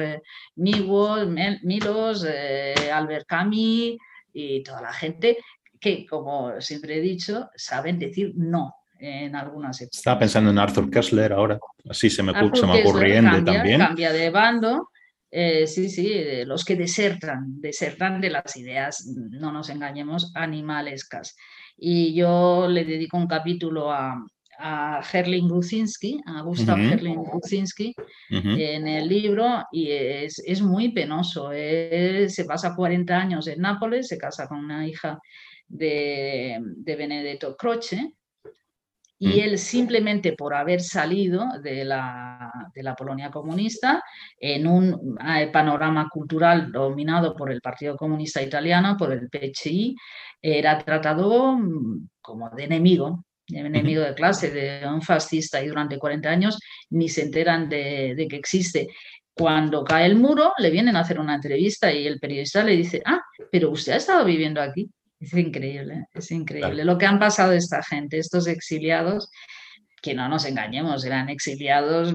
B: Miłosz, Albert Camus y toda la gente que, como siempre he dicho, saben decir no en algunas
A: Estaba
B: situaciones.
A: pensando en Arthur Koestler ahora, así se me
B: Arthur
A: ocurre
B: Koestler
A: Ende también.
B: cambia de bando. Sí, los que desertan de las ideas, no nos engañemos, animalescas. Y yo le dedico un capítulo a Herling Gruzinski, a Gustav Herling Gruzinski, en el libro, y es muy penoso. Se pasa 40 años en Nápoles, se casa con una hija de Benedetto Croce, y él simplemente por haber salido de la Polonia comunista en un panorama cultural dominado por el Partido Comunista Italiano, por el PCI, era tratado como de enemigo de clase, de un fascista, y durante 40 años ni se enteran de que existe. Cuando cae el muro, le vienen a hacer una entrevista y el periodista le dice, pero usted ha estado viviendo aquí. Es increíble, es increíble. Claro. Lo que han pasado esta gente, estos exiliados, que no nos engañemos, eran exiliados,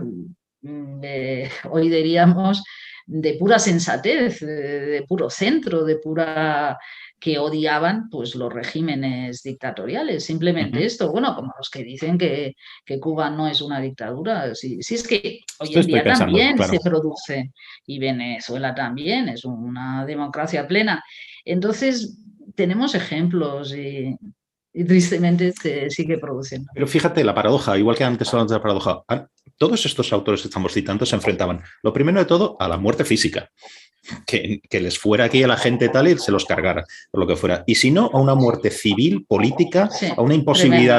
B: hoy diríamos, de pura sensatez, de puro centro, de pura que odiaban pues los regímenes dictatoriales, simplemente esto, bueno, como los que dicen que Cuba no es una dictadura, si es que hoy en día también se produce, y Venezuela también es una democracia plena. Entonces, tenemos ejemplos y tristemente se sigue produciendo.
A: Pero fíjate la paradoja, igual que antes hablamos de la paradoja, todos estos autores que estamos citando se enfrentaban, lo primero de todo, a la muerte física. Que les fuera aquí a la gente tal y se los cargara, o lo que fuera. Y si no, a una muerte civil, política, sí, a una imposibilidad,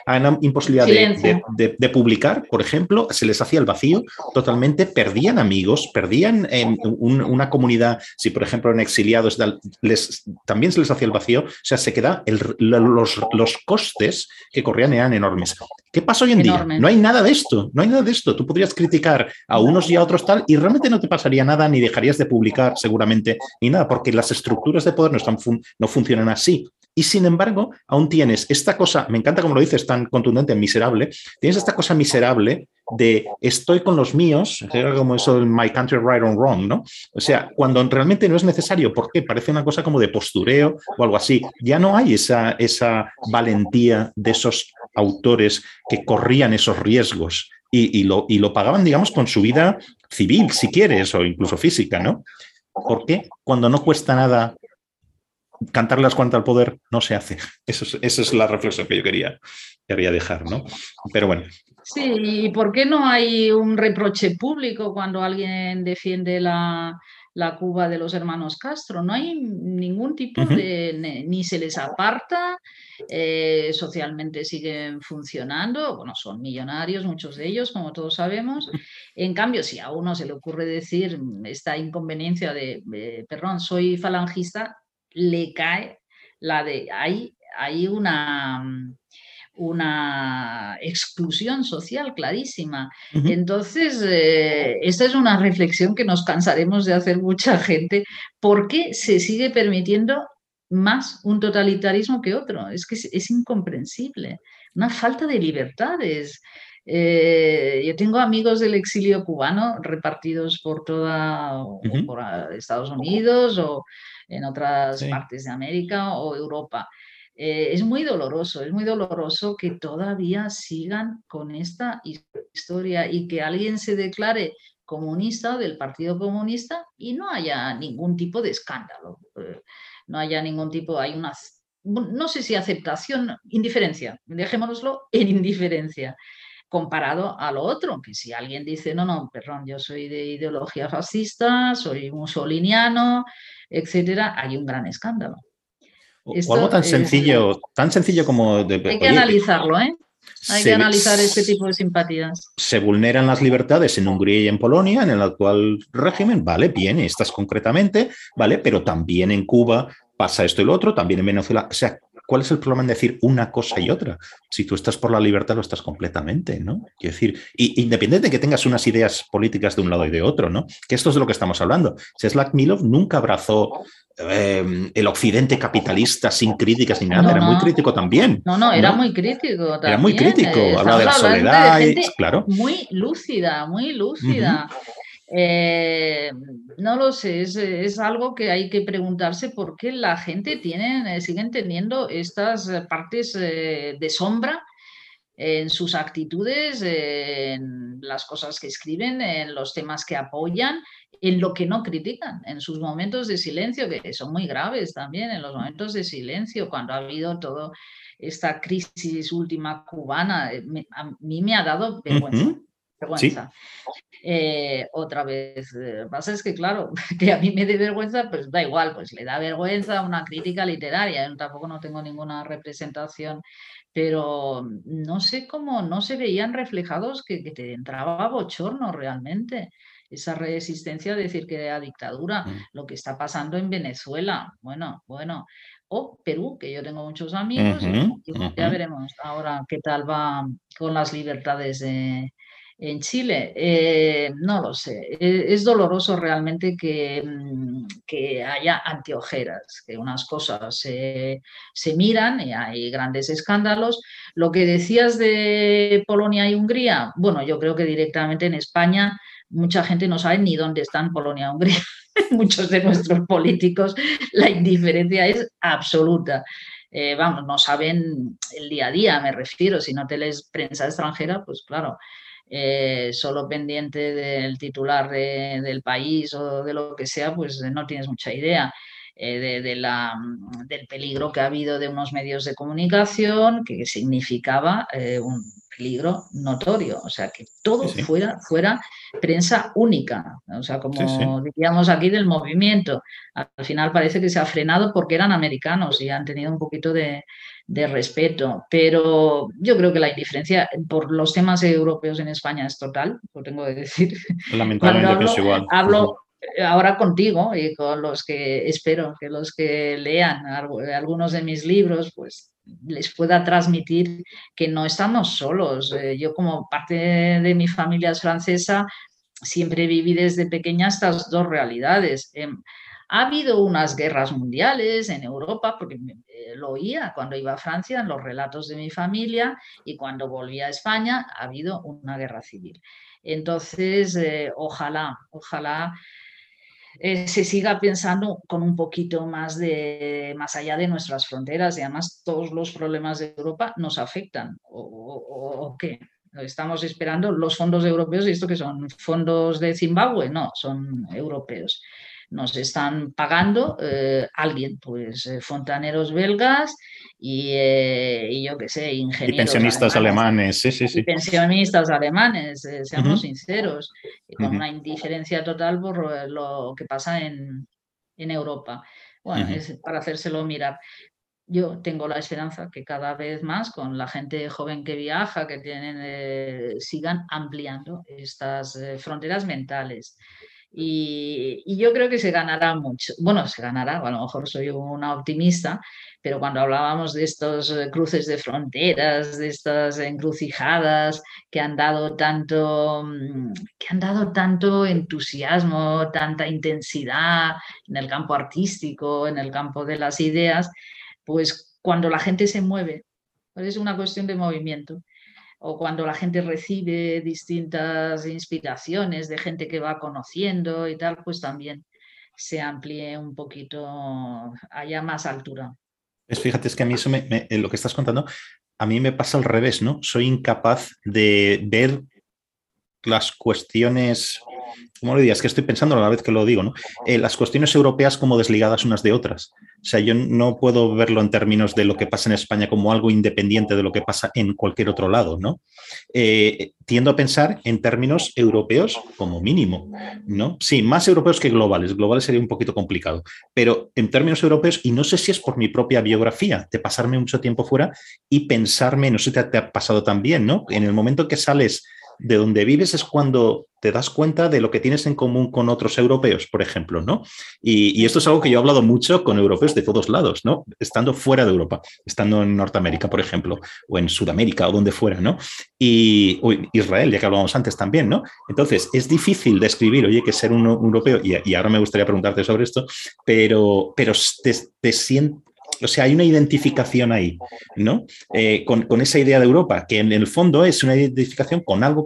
A: de publicar, por ejemplo, se les hacía el vacío totalmente, perdían amigos, perdían una comunidad. Si, por ejemplo, en exiliados también se les hacía el vacío, o sea, se queda los costes que corrían eran enormes. ¿Qué pasa hoy en día? No hay nada de esto, no hay nada de esto. Tú podrías criticar a unos y a otros tal y realmente no te pasaría nada ni dejarías de publicar seguramente ni nada, porque las estructuras de poder no funcionan así. Y sin embargo, aún tienes esta cosa, me encanta como lo dices, tan contundente, miserable, tienes esta cosa miserable de estoy con los míos, como eso del my country right or wrong, ¿no? O sea, cuando realmente no es necesario, ¿por qué? Parece una cosa como de postureo o algo así. Ya no hay esa valentía de esos autores que corrían esos riesgos y lo pagaban, digamos, con su vida civil, si quieres, o incluso física, ¿no? ¿Por qué? Cuando no cuesta nada cantar las cuantas al poder, no se hace. Esa es la reflexión que yo quería dejar, ¿no? Pero bueno.
B: Sí, ¿y por qué no hay un reproche público cuando alguien defiende la Cuba de los hermanos Castro? No hay ningún tipo de... ni se les aparta, socialmente siguen funcionando, bueno, son millonarios muchos de ellos, como todos sabemos. En cambio, si a uno se le ocurre decir esta inconveniencia de perdón, soy falangista, le cae la de... Hay una exclusión social clarísima. Entonces, esta es una reflexión que nos cansaremos de hacer mucha gente. ¿Por qué se sigue permitiendo más un totalitarismo que otro? Es que es incomprensible. Una falta de libertades. Yo tengo amigos del exilio cubano repartidos por por Estados Unidos o en otras partes de América o Europa. Es muy doloroso que todavía sigan con esta historia y que alguien se declare comunista del Partido Comunista y no haya ningún tipo de escándalo. No haya ningún tipo, hay una, no sé si aceptación, indiferencia, dejémoslo en indiferencia, comparado a lo otro, que si alguien dice, no, perdón, yo soy de ideología fascista, soy mussoliniano, etcétera, hay un gran escándalo.
A: O algo tan sencillo como...
B: hay que analizarlo, ¿eh? Hay que analizar este tipo de simpatías.
A: Se vulneran las libertades en Hungría y en Polonia, en el actual régimen, vale, bien, estas concretamente, vale, pero también en Cuba pasa esto y lo otro, también en Venezuela. O sea, ¿cuál es el problema en decir una cosa y otra? Si tú estás por la libertad, lo estás completamente, ¿no? Quiero decir, independiente de que tengas unas ideas políticas de un lado y de otro, ¿no? Que esto es de lo que estamos hablando. Czeslaw Milov nunca abrazó el occidente capitalista sin críticas ni nada, era muy crítico también.
B: No, era muy crítico también.
A: Era muy crítico, hablaba de la soledad.
B: De gente
A: claro.
B: Muy lúcida, muy lúcida. No lo sé, es algo que hay que preguntarse por qué la gente siguen teniendo estas partes de sombra en sus actitudes, en las cosas que escriben, en los temas que apoyan, en lo que no critican, en sus momentos de silencio, que son muy graves también, en los momentos de silencio, cuando ha habido toda esta crisis última cubana, a mí me ha dado vergüenza. Vergüenza. Sí. Otra vez, lo que pasa es que, claro, que a mí me dé vergüenza, pues da igual, pues le da vergüenza una crítica literaria. Yo tampoco no tengo ninguna representación, pero no sé cómo no se veían reflejados que te entraba bochorno realmente. Esa resistencia a decir que era dictadura, lo que está pasando en Venezuela, bueno, o Perú, que yo tengo muchos amigos, y ya veremos ahora qué tal va con las libertades en Chile. No lo sé, es doloroso realmente que haya anteojeras, que unas cosas se miran y hay grandes escándalos. Lo que decías de Polonia y Hungría, bueno, yo creo que directamente en España mucha gente no sabe ni dónde están Polonia y Hungría. Muchos de nuestros políticos, la indiferencia es absoluta. Vamos, no saben el día a día, me refiero, si no te lees prensa extranjera, pues claro, solo pendiente del titular del país o de lo que sea, pues no tienes mucha idea del peligro que ha habido de unos medios de comunicación, que significaba un peligro notorio, o sea, que todo fuera prensa única, o sea, como diríamos aquí del movimiento. Al final parece que se ha frenado porque eran americanos y han tenido un poquito de respeto, pero yo creo que la indiferencia por los temas europeos en España es total, lo tengo que decir.
A: Lamentablemente es igual.
B: Hablo ahora contigo y con los que espero que los que lean algunos de mis libros, pues les pueda transmitir que no estamos solos. Yo, como parte de mi familia es francesa, siempre viví desde pequeña estas dos realidades. Ha habido unas guerras mundiales en Europa, porque lo oía cuando iba a Francia, en los relatos de mi familia, y cuando volví a España ha habido una guerra civil. Entonces, ojalá se siga pensando con un poquito más allá de nuestras fronteras, y además todos los problemas de Europa nos afectan. ¿O qué? Estamos esperando los fondos europeos, ¿y esto qué son? ¿Fondos de Zimbabue? No, son europeos. Nos están pagando alguien, pues fontaneros belgas y yo qué sé, ingenieros.
A: Y pensionistas alemanes, sí.
B: Y pensionistas alemanes, seamos sinceros, con una indiferencia total por lo que pasa en Europa. Bueno, es para hacérselo mirar. Yo tengo la esperanza que cada vez más, con la gente joven que viaja, que sigan ampliando estas fronteras mentales. Y yo creo que se ganará mucho. Bueno, se ganará, a lo mejor soy una optimista, pero cuando hablábamos de estos cruces de fronteras, de estas encrucijadas que han dado tanto entusiasmo, tanta intensidad en el campo artístico, en el campo de las ideas, pues cuando la gente se mueve, pues es una cuestión de movimiento. O cuando la gente recibe distintas inspiraciones de gente que va conociendo y tal, pues también se amplíe un poquito, haya más altura.
A: Fíjate, es que a mí eso lo que estás contando, a mí me pasa al revés, ¿no? Soy incapaz de ver las cuestiones, ¿cómo lo diría? Es que estoy pensando a la vez que lo digo, ¿no? Las cuestiones europeas como desligadas unas de otras. O sea, yo no puedo verlo en términos de lo que pasa en España como algo independiente de lo que pasa en cualquier otro lado, ¿no? Tiendo a pensar en términos europeos como mínimo, ¿no? Sí, más europeos que globales. Globales sería un poquito complicado, pero en términos europeos, y no sé si es por mi propia biografía, de pasarme mucho tiempo fuera y pensarme, no sé si te ha pasado también, ¿no? En el momento que sales de donde vives es cuando te das cuenta de lo que tienes en común con otros europeos, por ejemplo, ¿no? Y esto es algo que yo he hablado mucho con europeos de todos lados, ¿no? Estando fuera de Europa, estando en Norteamérica, por ejemplo, o en Sudamérica o donde fuera, ¿no? O Israel, ya que hablábamos antes también, ¿no? Entonces, es difícil describir, oye, que ser un europeo, y ahora me gustaría preguntarte sobre esto, pero te sientes, o sea, hay una identificación ahí, ¿no? Con esa idea de Europa, que en el fondo es una identificación con algo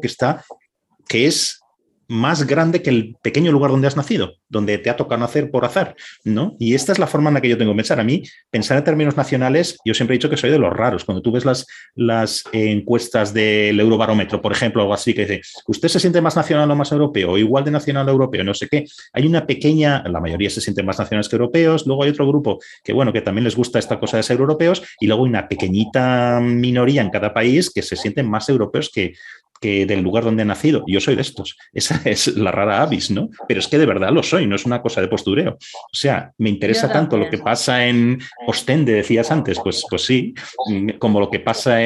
A: que es más grande que el pequeño lugar donde has nacido, donde te ha tocado nacer por azar, ¿no? Y esta es la forma en la que yo tengo que pensar. A mí, pensar en términos nacionales, yo siempre he dicho que soy de los raros. Cuando tú ves las encuestas del Eurobarómetro, por ejemplo, algo así, que dice, ¿usted se siente más nacional o más europeo? O igual de nacional o europeo, no sé qué. Hay una pequeña, la mayoría se sienten más nacionales que europeos, luego hay otro grupo que, bueno, que también les gusta esta cosa de ser europeos, y luego hay una pequeñita minoría en cada país que se sienten más europeos que del lugar donde he nacido. Yo soy de estos. Esa es la rara avis, ¿no? Pero es que de verdad lo soy, no es una cosa de postureo. O sea, me interesa tanto lo que pasa en Ostende, decías antes, pues sí, como lo que pasa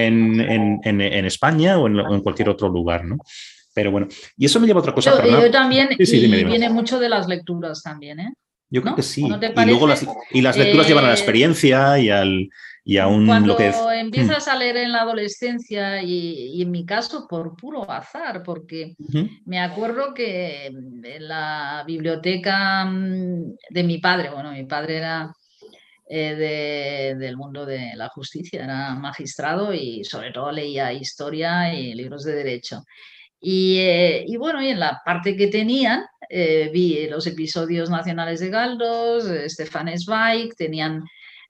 A: en España o en cualquier otro lugar, ¿no? Pero bueno, y eso me lleva a otra cosa.
B: Yo también,
A: sí,
B: dime. Viene mucho de las lecturas también, ¿eh?
A: Yo creo que sí.
B: ¿No te
A: y luego las lecturas llevan a la experiencia y a
B: cuando
A: lo que es.
B: empiezas a leer en la adolescencia y en mi caso por puro azar, porque me acuerdo que en la biblioteca de mi padre, bueno, mi padre era del mundo de la justicia, era magistrado y sobre todo leía historia y libros de derecho. Y bueno, y en la parte que tenían, vi los episodios nacionales de Galdós, Stefan Zweig, tenían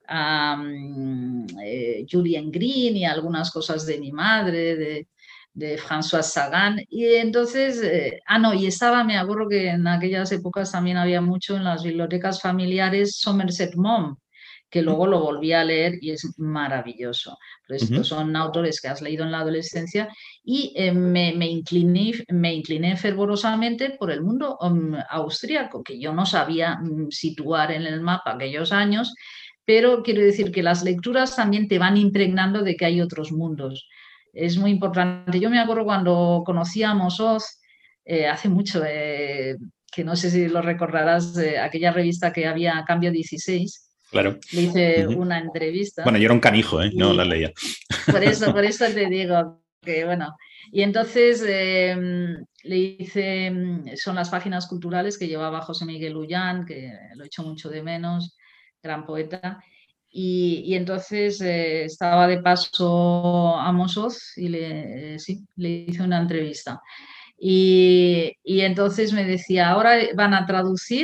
B: Julien Green y algunas cosas de mi madre, de François Sagan. Y entonces, no, y estaba, me acuerdo que en aquellas épocas también había mucho en las bibliotecas familiares Somerset Maugham, que luego lo volví a leer y es maravilloso. Pero estos son autores que has leído en la adolescencia y me incliné fervorosamente por el mundo austríaco, que yo no sabía situar en el mapa aquellos años, pero quiero decir que las lecturas también te van impregnando de que hay otros mundos. Es muy importante. Yo me acuerdo cuando conocí a Mosoz, hace mucho, que no sé si lo recordarás, aquella revista que había, Cambio 16.
A: Claro.
B: Le hice una entrevista.
A: Bueno, yo era un canijo, ¿eh? No la leía.
B: Por eso te digo que, bueno. Y entonces le hice, son las páginas culturales que llevaba José Miguel Ullán, que lo echo mucho de menos, gran poeta. Y entonces estaba de paso a Mosoz y le hice una entrevista. Y entonces me decía, ahora van a traducir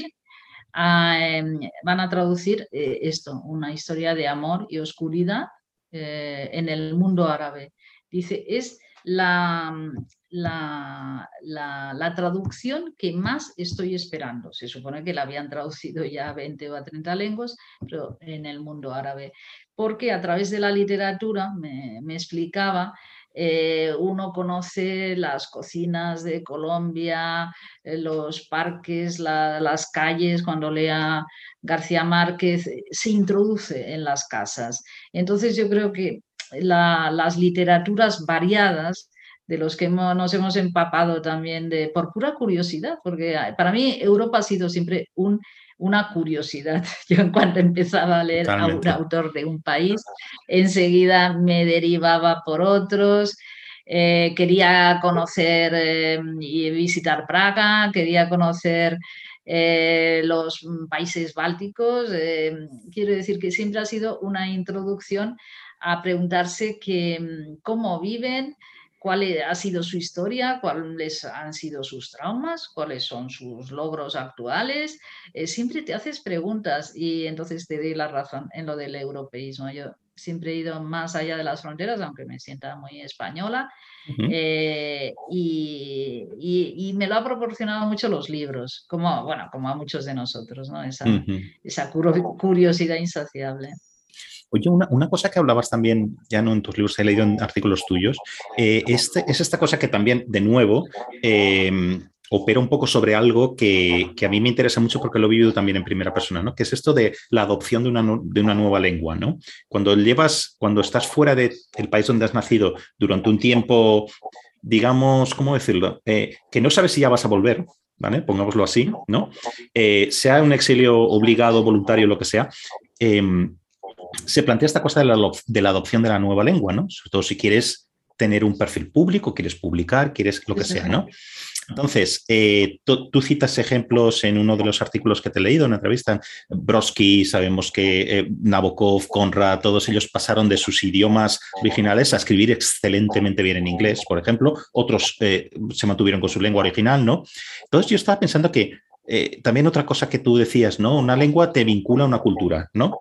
B: esto, una historia de amor y oscuridad en el mundo árabe. Dice, es la traducción que más estoy esperando. Se supone que la habían traducido ya a 20 o a 30 lenguas, pero en el mundo árabe. Porque a través de la literatura, me explicaba, uno conoce las cocinas de Colombia, los parques, las calles, cuando lea García Márquez, se introduce en las casas. Entonces yo creo que las literaturas variadas de los que nos hemos empapado también por pura curiosidad, porque para mí Europa ha sido siempre una curiosidad. Yo en cuanto empezaba a leer a un autor de un país, enseguida me derivaba por otros. Quería conocer y visitar Praga, quería conocer los países bálticos. Quiero decir que siempre ha sido una introducción a preguntarse cómo viven, cuál ha sido su historia, cuáles han sido sus traumas, cuáles son sus logros actuales. Siempre te haces preguntas y entonces te doy la razón en lo del europeísmo. Yo siempre he ido más allá de las fronteras, aunque me sienta muy española.
A: Ujú.
B: Y me lo ha proporcionado mucho los libros, como, bueno, como a muchos de nosotros, ¿no?
A: Ujú.
B: Esa curiosidad insaciable.
A: Oye, una cosa que hablabas también, ya no en tus libros, he leído en artículos tuyos, es esta cosa que también, de nuevo, opera un poco sobre algo que a mí me interesa mucho porque lo he vivido también en primera persona, ¿no? Que es esto de la adopción de una nueva lengua, ¿no? Cuando estás fuera del país donde has nacido durante un tiempo, digamos, ¿cómo decirlo? Que no sabes si ya vas a volver, ¿vale? Pongámoslo así, ¿no? Sea un exilio obligado, voluntario, lo que sea. Se plantea esta cosa de la adopción de la nueva lengua, ¿no? Sobre todo si quieres tener un perfil público, quieres publicar, quieres lo que sea, ¿no? Entonces, tú citas ejemplos en uno de los artículos que te he leído, en una entrevista. Brodsky, sabemos que Nabokov, Conrad, todos ellos pasaron de sus idiomas originales a escribir excelentemente bien en inglés, por ejemplo. Otros se mantuvieron con su lengua original, ¿no? Entonces, yo estaba pensando que también otra cosa que tú decías, ¿no? Una lengua te vincula a una cultura, ¿no?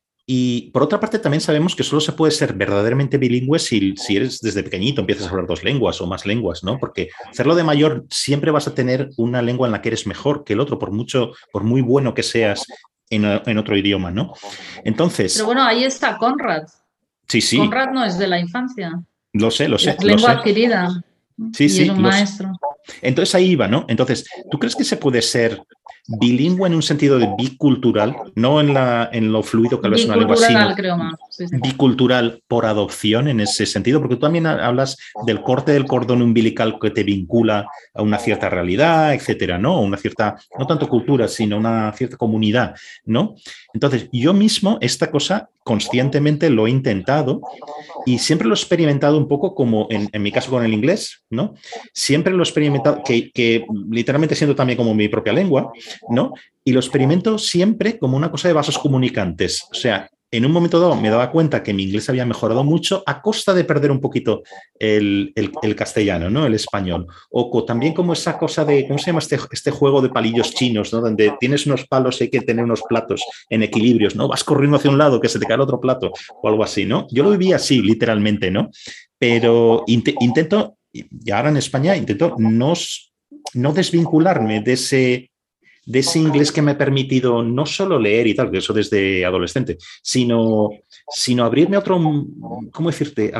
A: Y por otra parte, también sabemos que solo se puede ser verdaderamente bilingüe si eres desde pequeñito, empiezas a hablar dos lenguas o más lenguas, ¿no? Porque hacerlo de mayor siempre vas a tener una lengua en la que eres mejor que el otro, por muy bueno que seas en otro idioma, ¿no?
B: Pero
A: Entonces,
B: bueno, ahí está Conrad.
A: sí, sí,
B: Conrad no es de la infancia,
A: lo sé, lo sé,
B: es
A: lo
B: lengua
A: sé.
B: adquirida
A: Sí,
B: y es
A: sí,
B: un maestro.
A: Entonces ahí iba, ¿no? Entonces, ¿tú crees que se puede ser bilingüe en un sentido de bicultural, no en lo fluido que hablas una lengua,
B: Bicultural,
A: sino
B: creo más. Sí, sí.
A: bicultural por adopción en ese sentido? Porque tú también hablas del corte del cordón umbilical que te vincula a una cierta realidad, etcétera, ¿no? Una cierta, no tanto cultura, sino una cierta comunidad, ¿no? Entonces, yo mismo esta cosa conscientemente lo he intentado y siempre lo he experimentado un poco como en mi caso con el inglés, ¿no? Siempre lo he experimentado, que literalmente siento también como mi propia lengua, ¿no? Y lo experimento siempre como una cosa de vasos comunicantes. O sea, en un momento dado me daba cuenta que mi inglés había mejorado mucho a costa de perder un poquito el castellano, ¿no? El español. También como esa cosa de, ¿cómo se llama este juego de palillos chinos, ¿no? Donde tienes unos palos y hay que tener unos platos en equilibrios, ¿no? Vas corriendo hacia un lado que se te cae el otro plato o algo así, ¿no? Yo lo viví así, literalmente, ¿no? Pero intento, y ahora en España, intento no desvincularme de ese inglés que me ha permitido no solo leer y tal, que eso desde adolescente, sino abrirme a otro, ¿cómo decirte?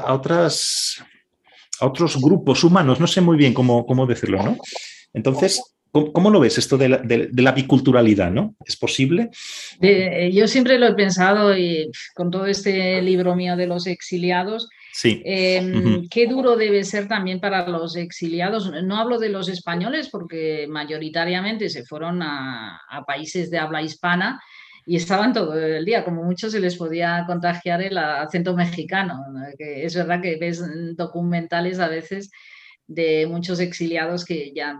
A: A otros grupos humanos, no sé muy bien cómo decirlo, ¿no? Entonces, ¿cómo lo ves esto de la biculturalidad, ¿no? ¿Es posible?
B: Yo siempre lo he pensado y con todo este libro mío de los exiliados,
A: Sí. Uh-huh.
B: qué duro debe ser también para los exiliados. No hablo de los españoles porque mayoritariamente se fueron a países de habla hispana y estaban todo el día, como muchos se les podía contagiar el acento mexicano, ¿no? Que es verdad que ves documentales a veces de muchos exiliados que ya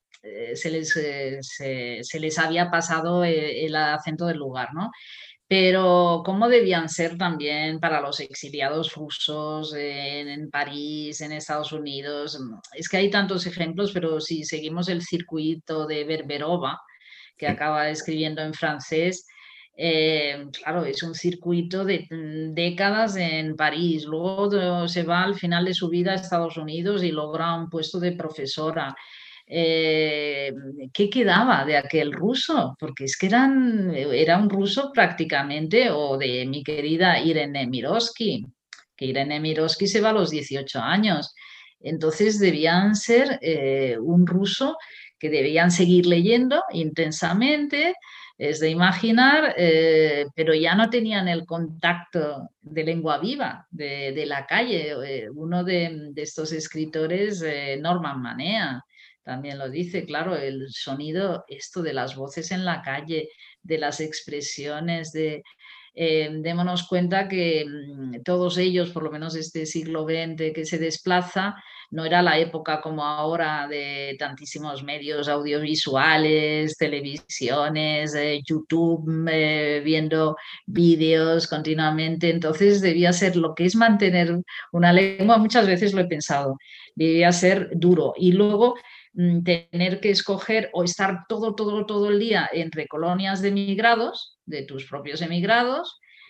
B: se les había pasado el acento del lugar, ¿no? Pero cómo debían ser también para los exiliados rusos en París, en Estados Unidos. Es que hay tantos ejemplos, pero si seguimos el circuito de Berberova, que
A: Sí.
B: acaba escribiendo en francés, claro, es un circuito de décadas en París. Luego se va al final de su vida a Estados Unidos y logra un puesto de profesora. Eh, ¿Qué quedaba de aquel ruso? Porque es que era un ruso prácticamente, o de mi querida Irene Mirovsky, que Irene Mirovsky se va a los 18 años. Entonces debían ser un ruso que debían seguir leyendo intensamente, es de imaginar, pero ya no tenían el contacto de lengua viva, de la calle. Uno de estos escritores, Norman Manea, también lo dice, claro, el sonido, esto de las voces en la calle, de las expresiones, démonos cuenta que todos ellos, por lo menos este siglo XX que se desplaza, no era la época como ahora de tantísimos medios audiovisuales, televisiones, YouTube, viendo vídeos continuamente. Entonces debía ser lo que es mantener una lengua, muchas veces lo he pensado, debía ser duro. Y luego tener que escoger o estar todo el día entre colonias de emigrados, de tus propios emigrados,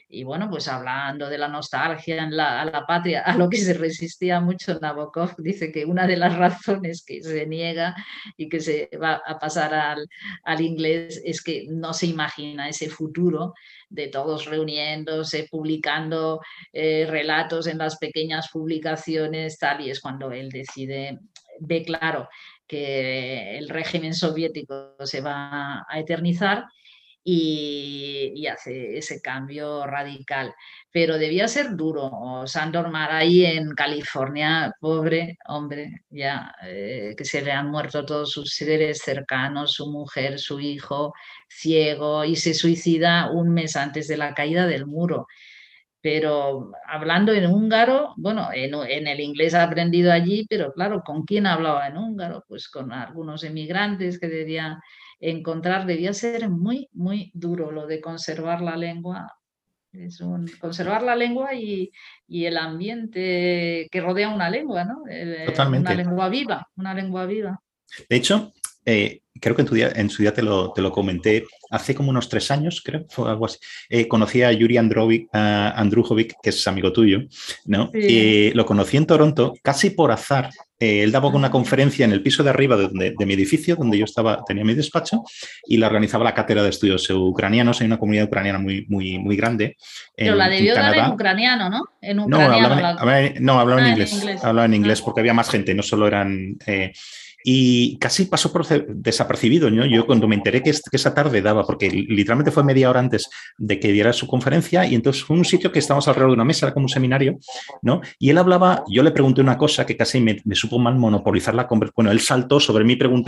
B: Y bueno, pues hablando de la nostalgia a la patria, a lo que se resistía mucho Nabokov, dice que una de las razones que se niega y que se va a pasar al inglés es que no se imagina ese futuro de todos reuniéndose, publicando relatos en las pequeñas publicaciones, tal, y es cuando él decide, ve claro que el régimen soviético se va a eternizar y hace ese cambio radical. Pero debía ser duro. Sandor Maray en California, pobre hombre, ya que se le han muerto todos sus seres cercanos, su mujer, su hijo, ciego, y se suicida un mes antes de la caída del muro. Pero hablando en húngaro, bueno, en el inglés aprendido allí, pero claro, ¿con quién hablaba en húngaro? Pues con algunos emigrantes que debía encontrar, debía ser muy, muy duro lo de conservar la lengua. Conservar la lengua y el ambiente que rodea una lengua, ¿no? Una
A: Totalmente.
B: lengua viva, una lengua viva.
A: De hecho, creo que en su día te lo comenté, hace como unos 3 años, creo, fue algo así. Conocí a Yuri Andrujovic, que es amigo tuyo, ¿no?
B: Sí.
A: Lo conocí en Toronto casi por azar. Él daba una conferencia en el piso de arriba de mi edificio, donde yo tenía mi despacho, y la organizaba la Cátedra de Estudios Ucranianos. Hay una comunidad ucraniana muy, muy, muy grande
B: Pero la
A: en
B: debió dar en
A: Canadá.
B: ucraniano, ¿no? En
A: No,
B: ucraniano.
A: hablaba en
B: En
A: inglés.
B: inglés.
A: Hablaba en
B: Ah.
A: inglés porque había más gente, no solo eran. Y casi pasó por desapercibido, ¿no? Yo cuando me enteré que esa tarde daba, porque literalmente fue media hora antes de que diera su conferencia, y entonces fue un sitio que estábamos alrededor de una mesa, era como un seminario, ¿no? Y él hablaba, yo le pregunté una cosa que casi me supo mal monopolizar la conversación. Bueno, él saltó sobre mi pregunta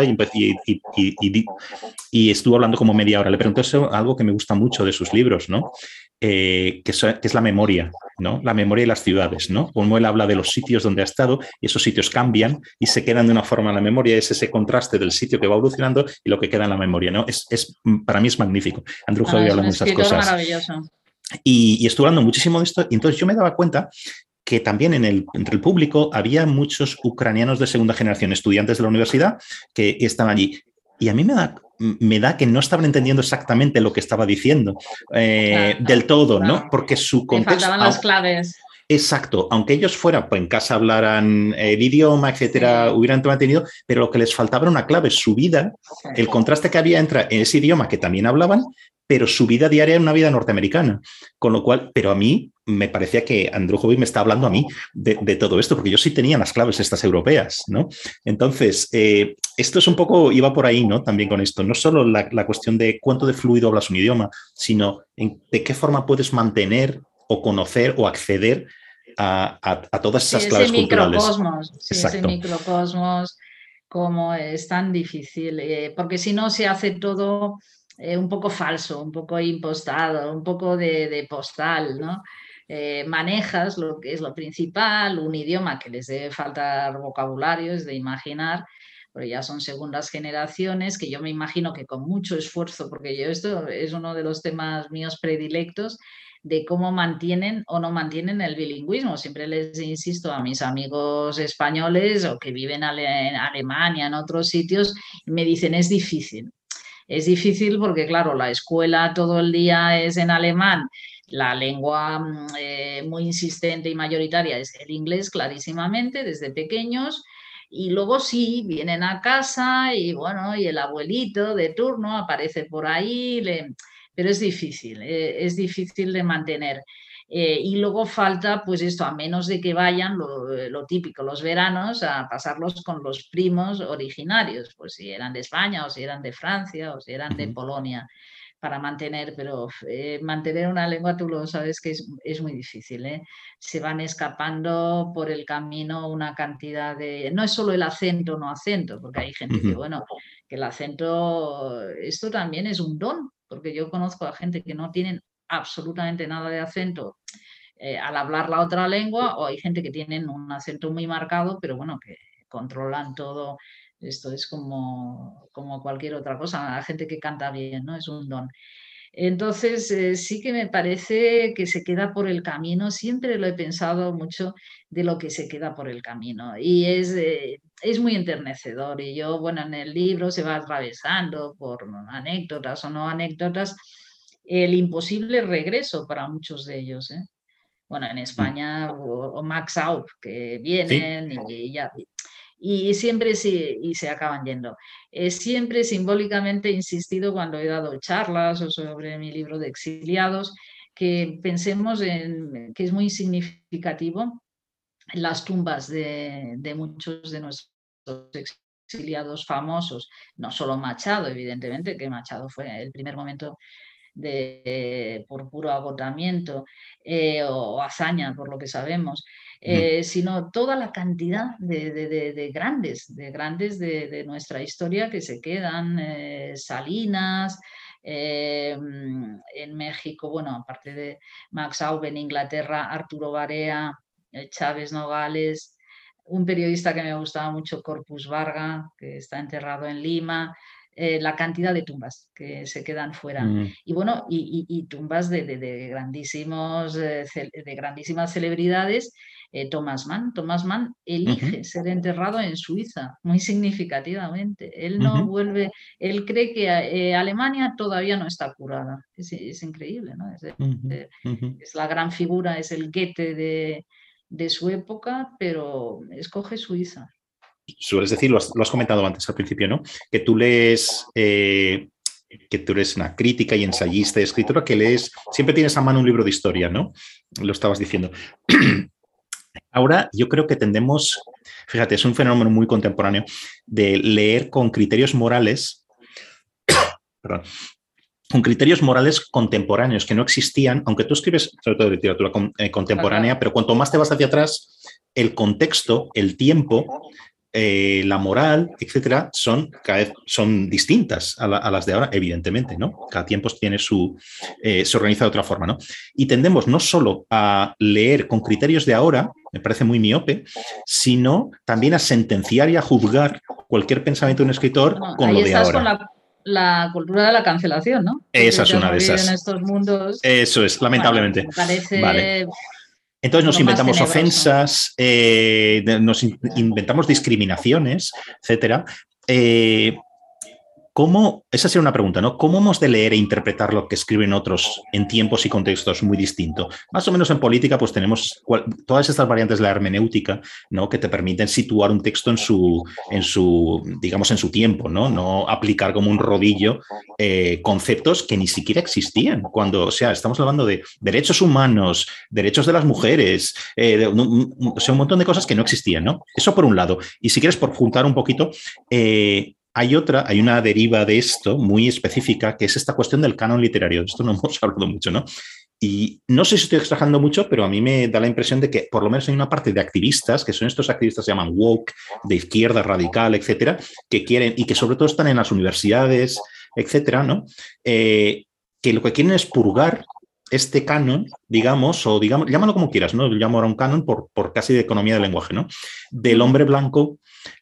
A: y estuvo hablando como media hora. Le pregunté algo que me gusta mucho de sus libros, ¿no? Que es la memoria, ¿no? La memoria de las ciudades, ¿no? Como él habla de los sitios donde ha estado y esos sitios cambian y se quedan de una forma en la memoria, es ese contraste del sitio que va evolucionando y lo que queda en la memoria, ¿no? Para mí es magnífico. Andrew Hobby
B: Es un
A: hablando de esas
B: escritor
A: cosas.
B: maravilloso.
A: Y estuve hablando muchísimo de esto y entonces yo me daba cuenta que también entre el público había muchos ucranianos de segunda generación, estudiantes de la universidad, que estaban allí. Y a mí me da que no estaban entendiendo exactamente lo que estaba diciendo
B: Claro,
A: del todo,
B: claro.
A: ¿no? Porque su
B: Le
A: contexto...
B: faltaban las claves.
A: Exacto, aunque ellos fueran, pues en casa hablaran el idioma, etcétera,
B: Sí,
A: hubieran mantenido, pero lo que les faltaba era una clave, su vida,
B: sí.
A: el contraste que había entre ese idioma que también hablaban, pero su vida diaria era una vida norteamericana. Con lo cual, pero a mí me parecía que Andrujovic me está hablando a mí de todo esto, porque yo sí tenía las claves estas europeas, ¿no? Entonces, esto es un poco, iba por ahí, ¿no? También con esto, no solo la cuestión de cuánto de fluido hablas un idioma, sino de qué forma puedes mantener o conocer o acceder a todas
B: Sí,
A: esas
B: ese
A: claves culturales.
B: microcosmos, sí, ese
A: Exacto.
B: microcosmos, como es tan difícil, porque si no se hace todo un poco falso, un poco impostado, un poco de postal, ¿no? Manejas lo que es lo principal, un idioma que les debe faltar vocabulario, es de imaginar, pero ya son segundas generaciones que yo me imagino que con mucho esfuerzo, porque yo esto es uno de los temas míos predilectos, de cómo mantienen o no mantienen el bilingüismo. Siempre les insisto a mis amigos españoles o que viven en Alemania, en otros sitios, y me dicen es difícil. Es difícil porque, claro, la escuela todo el día es en alemán, la lengua muy insistente y mayoritaria es el inglés, clarísimamente, desde pequeños. Y luego sí, vienen a casa y bueno, y el abuelito de turno aparece por ahí, pero es difícil de mantener. Y luego falta, pues esto, a menos de que vayan, lo típico, los veranos, a pasarlos con los primos originarios, pues si eran de España o si eran de Francia o si eran de Polonia, para mantener, pero mantener una lengua, tú lo sabes que es muy difícil, ¿eh? Se van escapando por el camino una cantidad de... No es solo el acento o no acento, porque hay gente que, bueno, que el acento, esto también es un don, porque yo conozco a gente que no tienen absolutamente nada de acento al hablar la otra lengua, o hay gente que tienen un acento muy marcado, pero bueno, que controlan todo. Esto es como cualquier otra cosa, la gente que canta bien, ¿no? Es un don. Entonces, sí que me parece que se queda por el camino, siempre lo he pensado mucho de lo que se queda por el camino y es muy enternecedor y yo, bueno, en el libro se va atravesando por anécdotas o no anécdotas el imposible regreso para muchos de ellos, ¿eh? Bueno, en España, o Max Out, que vienen y ya. Y siempre sí, y se acaban yendo. Siempre simbólicamente he insistido cuando he dado charlas o sobre mi libro de exiliados, que pensemos en que es muy significativo las tumbas de muchos de nuestros exiliados famosos, no solo Machado, evidentemente, que Machado fue el primer momento por puro agotamiento, o hazaña, por lo que sabemos, sino toda la cantidad de grandes, de nuestra historia que se quedan, Salinas, en México, bueno, aparte de Max Aube, en Inglaterra, Arturo Barea, Chávez Nogales, un periodista que me gustaba mucho, Corpus Varga, que está enterrado en Lima, la cantidad de tumbas que se quedan fuera. Y bueno, y tumbas de grandísimos, de grandísimas celebridades. Thomas Mann elige ser enterrado en Suiza, muy significativamente. Él no vuelve, él cree que Alemania todavía no está curada. Es increíble, ¿no? Es la gran figura, es el Goethe de su época, pero escoge Suiza.
A: Sueles decir, lo has comentado antes al principio, ¿no? Que tú lees, que tú eres una crítica y ensayista y escritora, que lees, siempre tienes a mano un libro de historia, ¿no? Lo estabas diciendo. Ahora yo creo que tendemos, fíjate, es un fenómeno muy contemporáneo de leer con criterios morales, perdón, con criterios morales contemporáneos que no existían, aunque tú escribes sobre todo de literatura contemporánea, pero cuanto más te vas hacia atrás, el contexto, el tiempo, la moral, etcétera, cada vez son distintas a las de ahora, evidentemente, ¿no? Cada tiempo tiene se organiza de otra forma, ¿no? Y tendemos no solo a leer con criterios de ahora, me parece muy miope, sino también a sentenciar y a juzgar cualquier pensamiento de un escritor con lo de ahora.
B: Con la cultura de la cancelación, ¿no?
A: Esa es una de esas.
B: En estos mundos.
A: Eso es, lamentablemente.
B: Bueno, me parece.
A: Vale. Entonces nos inventamos ofensas, nos inventamos discriminaciones, etcétera. Esa sería una pregunta, ¿no? ¿Cómo hemos de leer e interpretar lo que escriben otros en tiempos y contextos muy distintos? Más o menos en política, pues tenemos todas estas variantes de la hermenéutica, ¿no? Que te permiten situar un texto en su tiempo, ¿no? No aplicar como un rodillo conceptos que ni siquiera existían cuando, estamos hablando de derechos humanos, derechos de las mujeres, un montón de cosas que no existían, ¿no? Eso por un lado. Y si quieres, por juntar un poquito, hay una deriva de esto muy específica, que es esta cuestión del canon literario. De esto no hemos hablado mucho, ¿no? Y no sé si estoy exagerando mucho, pero a mí me da la impresión de que por lo menos hay una parte de activistas, que son estos activistas que se llaman woke, de izquierda radical, etcétera, que quieren, y que sobre todo están en las universidades, etcétera, ¿no? Que lo que quieren es purgar este canon, llámalo como quieras, ¿no? Yo llamo ahora un canon por casi de economía del lenguaje, ¿no? Del hombre blanco,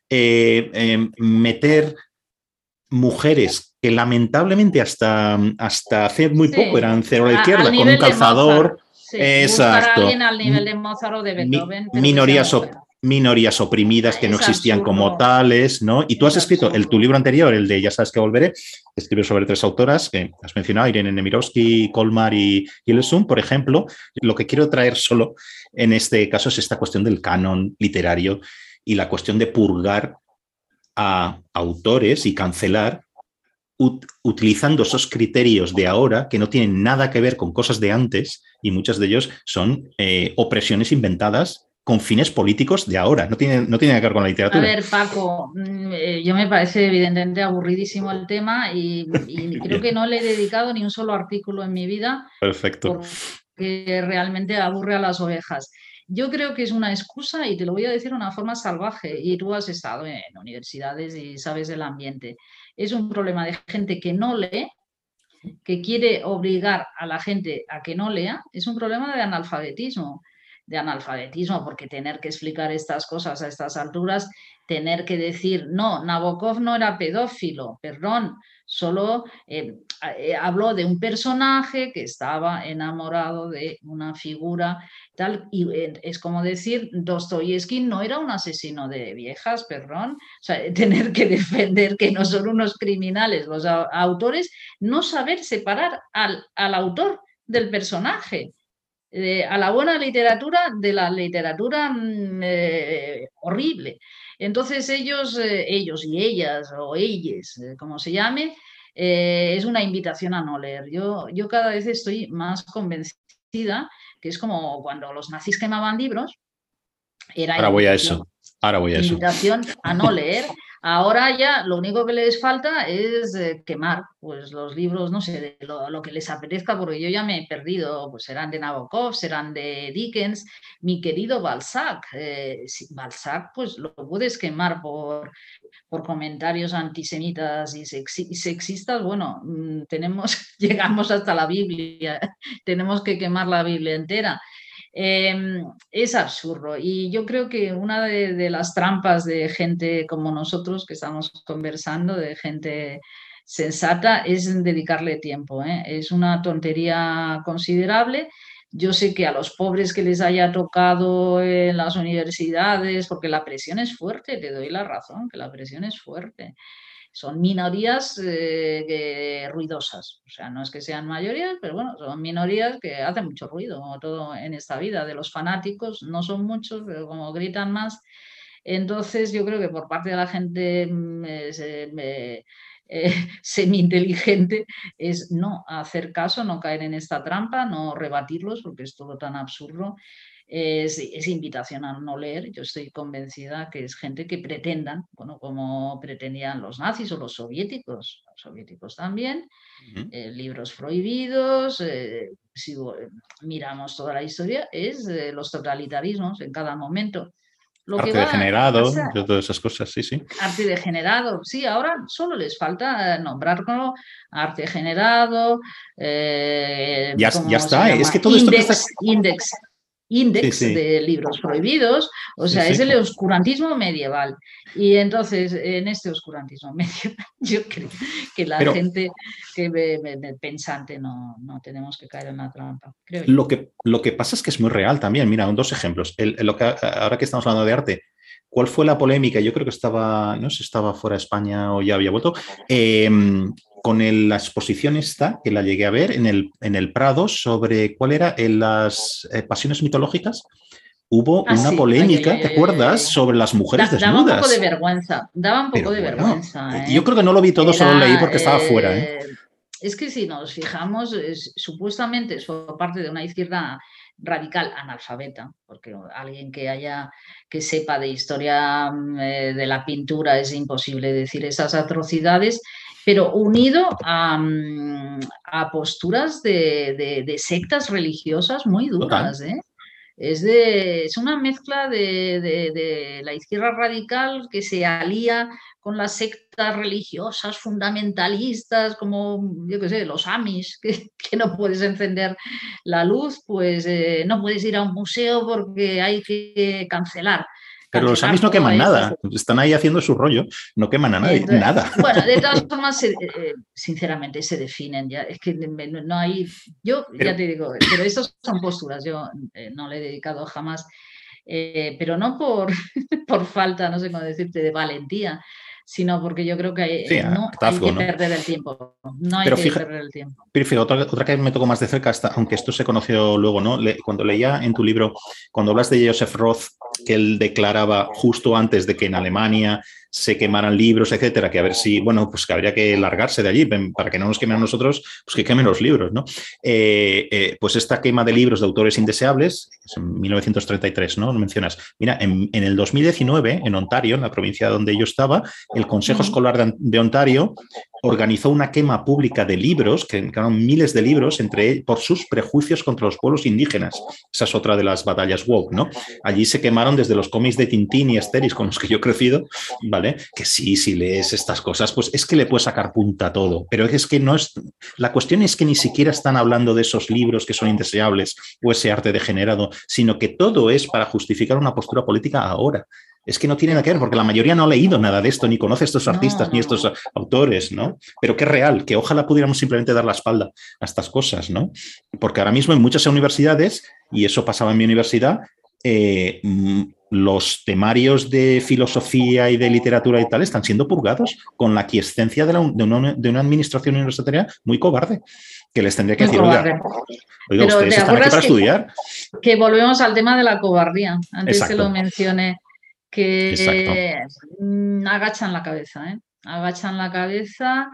A: meter mujeres que lamentablemente hasta hace muy poco eran cero a la izquierda, con un calzador. Exacto.
B: Alguien al nivel de Mozart o de Beethoven.
A: Minorías oprimidas que no existían como tales, ¿no? Y tú has escrito tu libro anterior, el de Ya sabes que volveré, escribes sobre 3 autoras que has mencionado, Irene Nemirovsky, Colmar y Hillesum, por ejemplo. Lo que quiero traer solo en este caso es esta cuestión del canon literario y la cuestión de purgar a autores y cancelar utilizando esos criterios de ahora que no tienen nada que ver con cosas de antes y muchos de ellos son opresiones inventadas con fines políticos de ahora, no tiene que ver con la literatura.
B: A ver, Paco, yo me parece evidentemente aburridísimo el tema y creo que no le he dedicado ni un solo artículo en mi vida.
A: Perfecto.
B: Porque realmente aburre a las ovejas. Yo creo que es una excusa y te lo voy a decir de una forma salvaje, y tú has estado en universidades y sabes del ambiente. Es un problema de gente que no lee, que quiere obligar a la gente a que no lea, es un problema de analfabetismo. de analfabetismo, porque tener que explicar estas cosas a estas alturas, tener que decir, no, Nabokov no era pedófilo, perdón, solo habló de un personaje que estaba enamorado de una figura tal, y es como decir, Dostoyevsky no era un asesino de viejas, perdón, o sea, tener que defender que no son unos criminales los autores, no saber separar al autor del personaje. A la buena literatura de la literatura horrible. Entonces ellos y ellas, o ellas, como se llame, es una invitación a no leer. Yo cada vez estoy más convencida que es como cuando los nazis quemaban libros, era
A: Ahora voy a eso.
B: Invitación a no leer. Ahora ya lo único que les falta es quemar pues, los libros, no sé, de lo que les apetezca, porque yo ya me he perdido, pues serán de Nabokov, serán de Dickens, mi querido Balzac. Balzac, pues lo puedes quemar por comentarios antisemitas y sexistas. Bueno, llegamos hasta la Biblia, tenemos que quemar la Biblia entera. Es absurdo, y yo creo que una de las trampas de gente como nosotros que estamos conversando, de gente sensata, es dedicarle tiempo, ¿eh? Es una tontería considerable. Yo sé que a los pobres que les haya tocado en las universidades, porque la presión es fuerte, te doy la razón, que la presión es fuerte. Son minorías ruidosas, o sea, no es que sean mayorías, pero bueno, son minorías que hacen mucho ruido, como todo en esta vida. De los fanáticos no son muchos, pero como gritan más, entonces yo creo que por parte de la gente semi-inteligente es no hacer caso, no caer en esta trampa, no rebatirlos, porque es todo tan absurdo. Es invitación a no leer. Yo estoy convencida que es gente que pretendan, bueno, como pretendían los nazis o los soviéticos también, libros prohibidos. Si miramos toda la historia, es los totalitarismos en cada momento.
A: Arte degenerado, todas esas cosas, sí.
B: Arte degenerado, sí, ahora solo les falta nombrarlo, arte degenerado.
A: Ya está, es que todo
B: Índex de libros prohibidos, o sea, es el oscurantismo medieval. Y entonces, en este oscurantismo medieval, yo creo que gente que pensante no tenemos que caer en la trampa.
A: Lo que pasa es que es muy real también. Mira, dos ejemplos. Ahora que estamos hablando de arte, ¿cuál fue la polémica? Yo creo que estaba, no sé si estaba fuera de España o ya había vuelto, con la exposición esta, que la llegué a ver en el Prado, sobre cuál era las pasiones mitológicas. Hubo una polémica, ¿te acuerdas? Sobre las mujeres desnudas.
B: Daba un poco de vergüenza, vergüenza.
A: Yo creo que no lo vi todo, solo leí porque estaba fuera.
B: Es que si nos fijamos, supuestamente es por parte de una izquierda radical analfabeta, porque alguien que sepa de historia de la pintura es imposible decir esas atrocidades, pero unido a posturas de sectas religiosas muy duras, ¿eh? Es una mezcla de la izquierda radical que se alía con las sectas religiosas fundamentalistas, como, yo qué sé, los Amish, que no puedes encender la luz, pues no puedes ir a un museo porque hay que cancelar.
A: Pero los Amish no queman nada, están ahí haciendo su rollo, no queman a nadie, nada.
B: Bueno, de todas formas, sinceramente, se definen ya, es que no hay, ya te digo, pero estas son posturas, yo no le he dedicado jamás, pero no por falta, no sé cómo decirte, de valentía, sino porque yo creo que hay que perder el tiempo. No hay que perder el tiempo.
A: Pero fíjate, otra que me tocó más de cerca, aunque esto se conoció luego, ¿no? Cuando leía en tu libro, cuando hablas de Joseph Roth, que él declaraba justo antes de que en Alemania se quemaran libros, etcétera, que a ver si, bueno, pues que habría que largarse de allí para que no nos quemen a nosotros, pues que quemen los libros, ¿no? Pues esta quema de libros de autores indeseables, es en 1933, ¿no? Lo mencionas. Mira, en el 2019, en Ontario, en la provincia donde yo estaba, el Consejo Escolar de Ontario organizó una quema pública de libros, que eran miles de libros, por sus prejuicios contra los pueblos indígenas. Esa es otra de las batallas woke, ¿no? Allí se quemaron desde los cómics de Tintín y Asterix con los que yo he crecido, ¿vale? Que sí, si lees estas cosas, pues es que le puedes sacar punta a todo, pero es que no es... La cuestión es que ni siquiera están hablando de esos libros que son indeseables o ese arte degenerado, sino que todo es para justificar una postura política ahora. Es que no tiene nada que ver, porque la mayoría no ha leído nada de esto, ni conoce a estos artistas, ni estos autores, ¿no? Pero que es real, que ojalá pudiéramos simplemente dar la espalda a estas cosas, ¿no? Porque ahora mismo en muchas universidades, y eso pasaba en mi universidad, los temarios de filosofía y de literatura y tal están siendo purgados con la aquiescencia de una administración universitaria muy cobarde, que les tendría que decir, oiga, ustedes están aquí para estudiar.
B: Que volvemos al tema de la cobardía. Antes se lo mencioné, que agachan la cabeza, ¿eh? Agachan la cabeza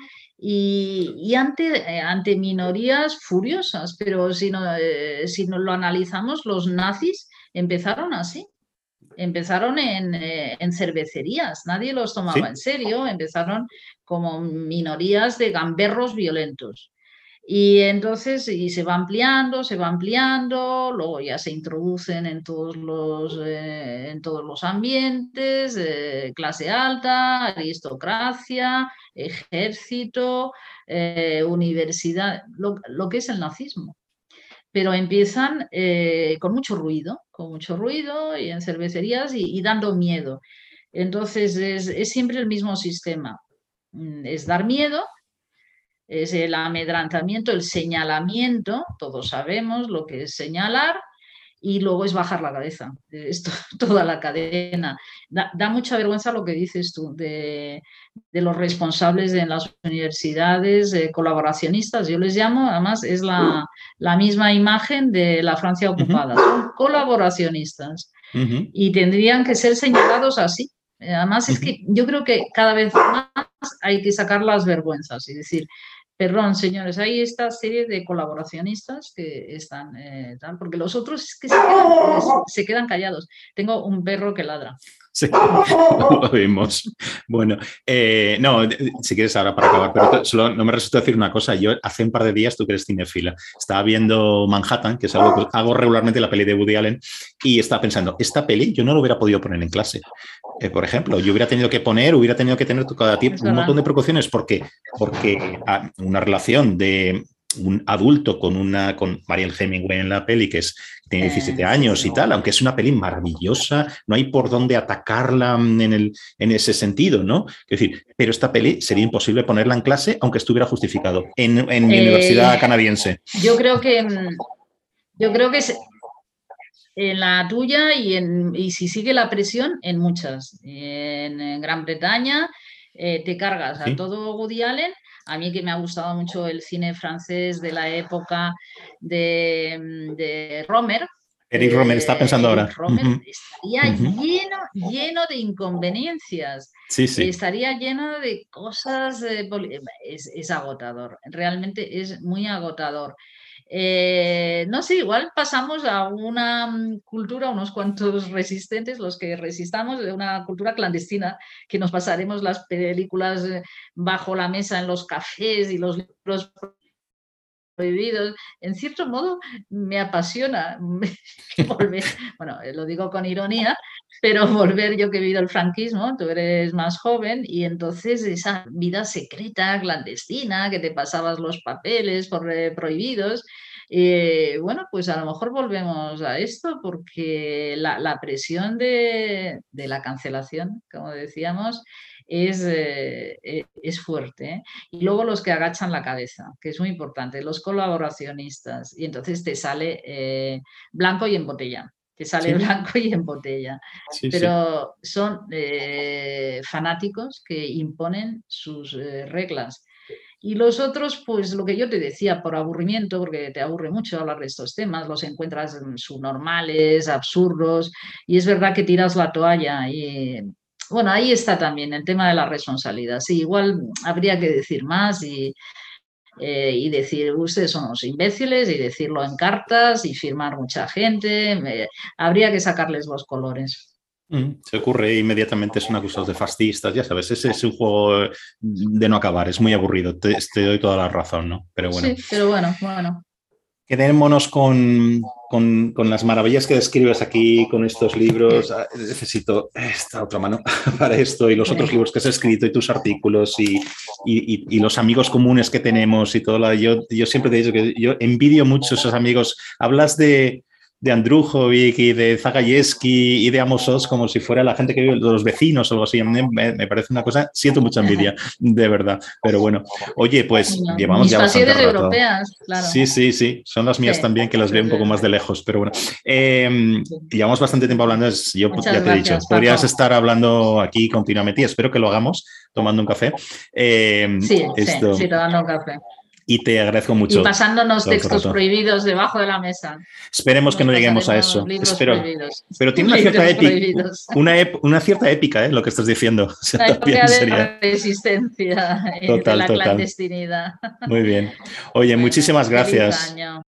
B: y ante minorías furiosas, pero si no lo analizamos, los nazis empezaron así. Empezaron en cervecerías, nadie los tomaba en serio, empezaron como minorías de gamberros violentos. Y entonces se va ampliando, luego ya se introducen en todos los ambientes, clase alta, aristocracia, ejército, universidad, lo que es el nazismo. Pero empiezan con mucho ruido y en cervecerías y dando miedo. Entonces es siempre el mismo sistema, es dar miedo, es el amedrantamiento, el señalamiento, todos sabemos lo que es señalar, y luego es bajar la cabeza, esto, toda la cadena. Da mucha vergüenza lo que dices tú de los responsables en las universidades, colaboracionistas, yo les llamo, además es la misma imagen de la Francia ocupada, son colaboracionistas y tendrían que ser señalados así. Además es que yo creo que cada vez más hay que sacar las vergüenzas y decir, perdón, señores, hay esta serie de colaboracionistas que están tal, porque los otros es que se quedan callados. Tengo un perro que ladra.
A: Sí, lo vimos. Bueno, no, si quieres ahora para acabar, pero solo no me resulta decir una cosa. Yo hace un par de días, tú que eres cinefila, estaba viendo Manhattan, que es algo que hago regularmente, la peli de Woody Allen, y estaba pensando, esta peli yo no lo hubiera podido poner en clase. Por ejemplo, yo hubiera tenido que tener cada tiempo un montón de precauciones porque una relación de un adulto con Mariel Hemingway en la peli, que tiene 17 años y tal, aunque es una peli maravillosa, no hay por dónde atacarla en ese sentido, ¿no? Es decir, pero esta peli sería imposible ponerla en clase aunque estuviera justificado en mi universidad canadiense.
B: Yo creo que es en la tuya y si sigue la presión, en muchas. En Gran Bretaña te cargas a todo Woody Allen. A mí que me ha gustado mucho el cine francés de la época de Romer.
A: Eric Romer, está pensando ahora.
B: Romer estaría lleno de inconveniencias.
A: Sí.
B: Estaría lleno de cosas. Es agotador. Realmente es muy agotador. No sé, igual pasamos a una cultura, unos cuantos resistentes, los que resistamos, de una cultura clandestina, que nos pasaremos las películas bajo la mesa en los cafés y los libros prohibidos. En cierto modo me apasiona volver, bueno, lo digo con ironía, pero volver, yo que he vivido el franquismo, tú eres más joven, y entonces esa vida secreta, clandestina, que te pasabas los papeles prohibidos, bueno, pues a lo mejor volvemos a esto, porque la presión de la cancelación, como decíamos, es fuerte, ¿eh? Y luego los que agachan la cabeza, que es muy importante, los colaboracionistas, y entonces te sale blanco y en botella. Te sale blanco y en botella. Pero son fanáticos que imponen sus reglas. Y los otros, pues lo que yo te decía, por aburrimiento, porque te aburre mucho hablar de estos temas, los encuentras subnormales, absurdos, y es verdad que tiras la toalla. Y bueno, ahí está también el tema de la responsabilidad. Sí, igual habría que decir más y decir, ustedes son unos imbéciles, y decirlo en cartas y firmar mucha gente. Habría que sacarles los colores.
A: Se ocurre inmediatamente, son acusados de fascistas, ya sabes, ese es un juego de no acabar, es muy aburrido, te doy toda la razón, ¿no? Pero bueno.
B: Sí, pero bueno.
A: Quedémonos con las maravillas que describes aquí, con estos libros. Necesito esta otra mano para esto y los otros libros que has escrito y tus artículos y los amigos comunes que tenemos y todo. Yo siempre te he dicho que yo envidio mucho esos amigos. Hablas de Andrujovic y de Zagajewski y de Amos Oz como si fuera la gente que vive, los vecinos o algo así. A mí me parece una cosa, siento mucha envidia, de verdad. Pero bueno, oye, pues llevamos ya bastante rato.
B: Europeas, claro.
A: Sí, son las mías también, que las veo un poco más de lejos, pero bueno. Llevamos bastante tiempo hablando, yo
B: Muchas
A: ya te he dicho,
B: gracias,
A: podrías
B: Paco.
A: estar hablando aquí continuamente y espero que lo hagamos tomando un café.
B: Sí, tomando un café.
A: Y te agradezco mucho.
B: Y pasándonos textos prohibidos debajo de la mesa.
A: Esperemos que no lleguemos a eso. Pero tiene una cierta épica, lo que estás diciendo.
B: O sea, una época de la resistencia, de la clandestinidad.
A: Muy bien. Oye, muchísimas gracias.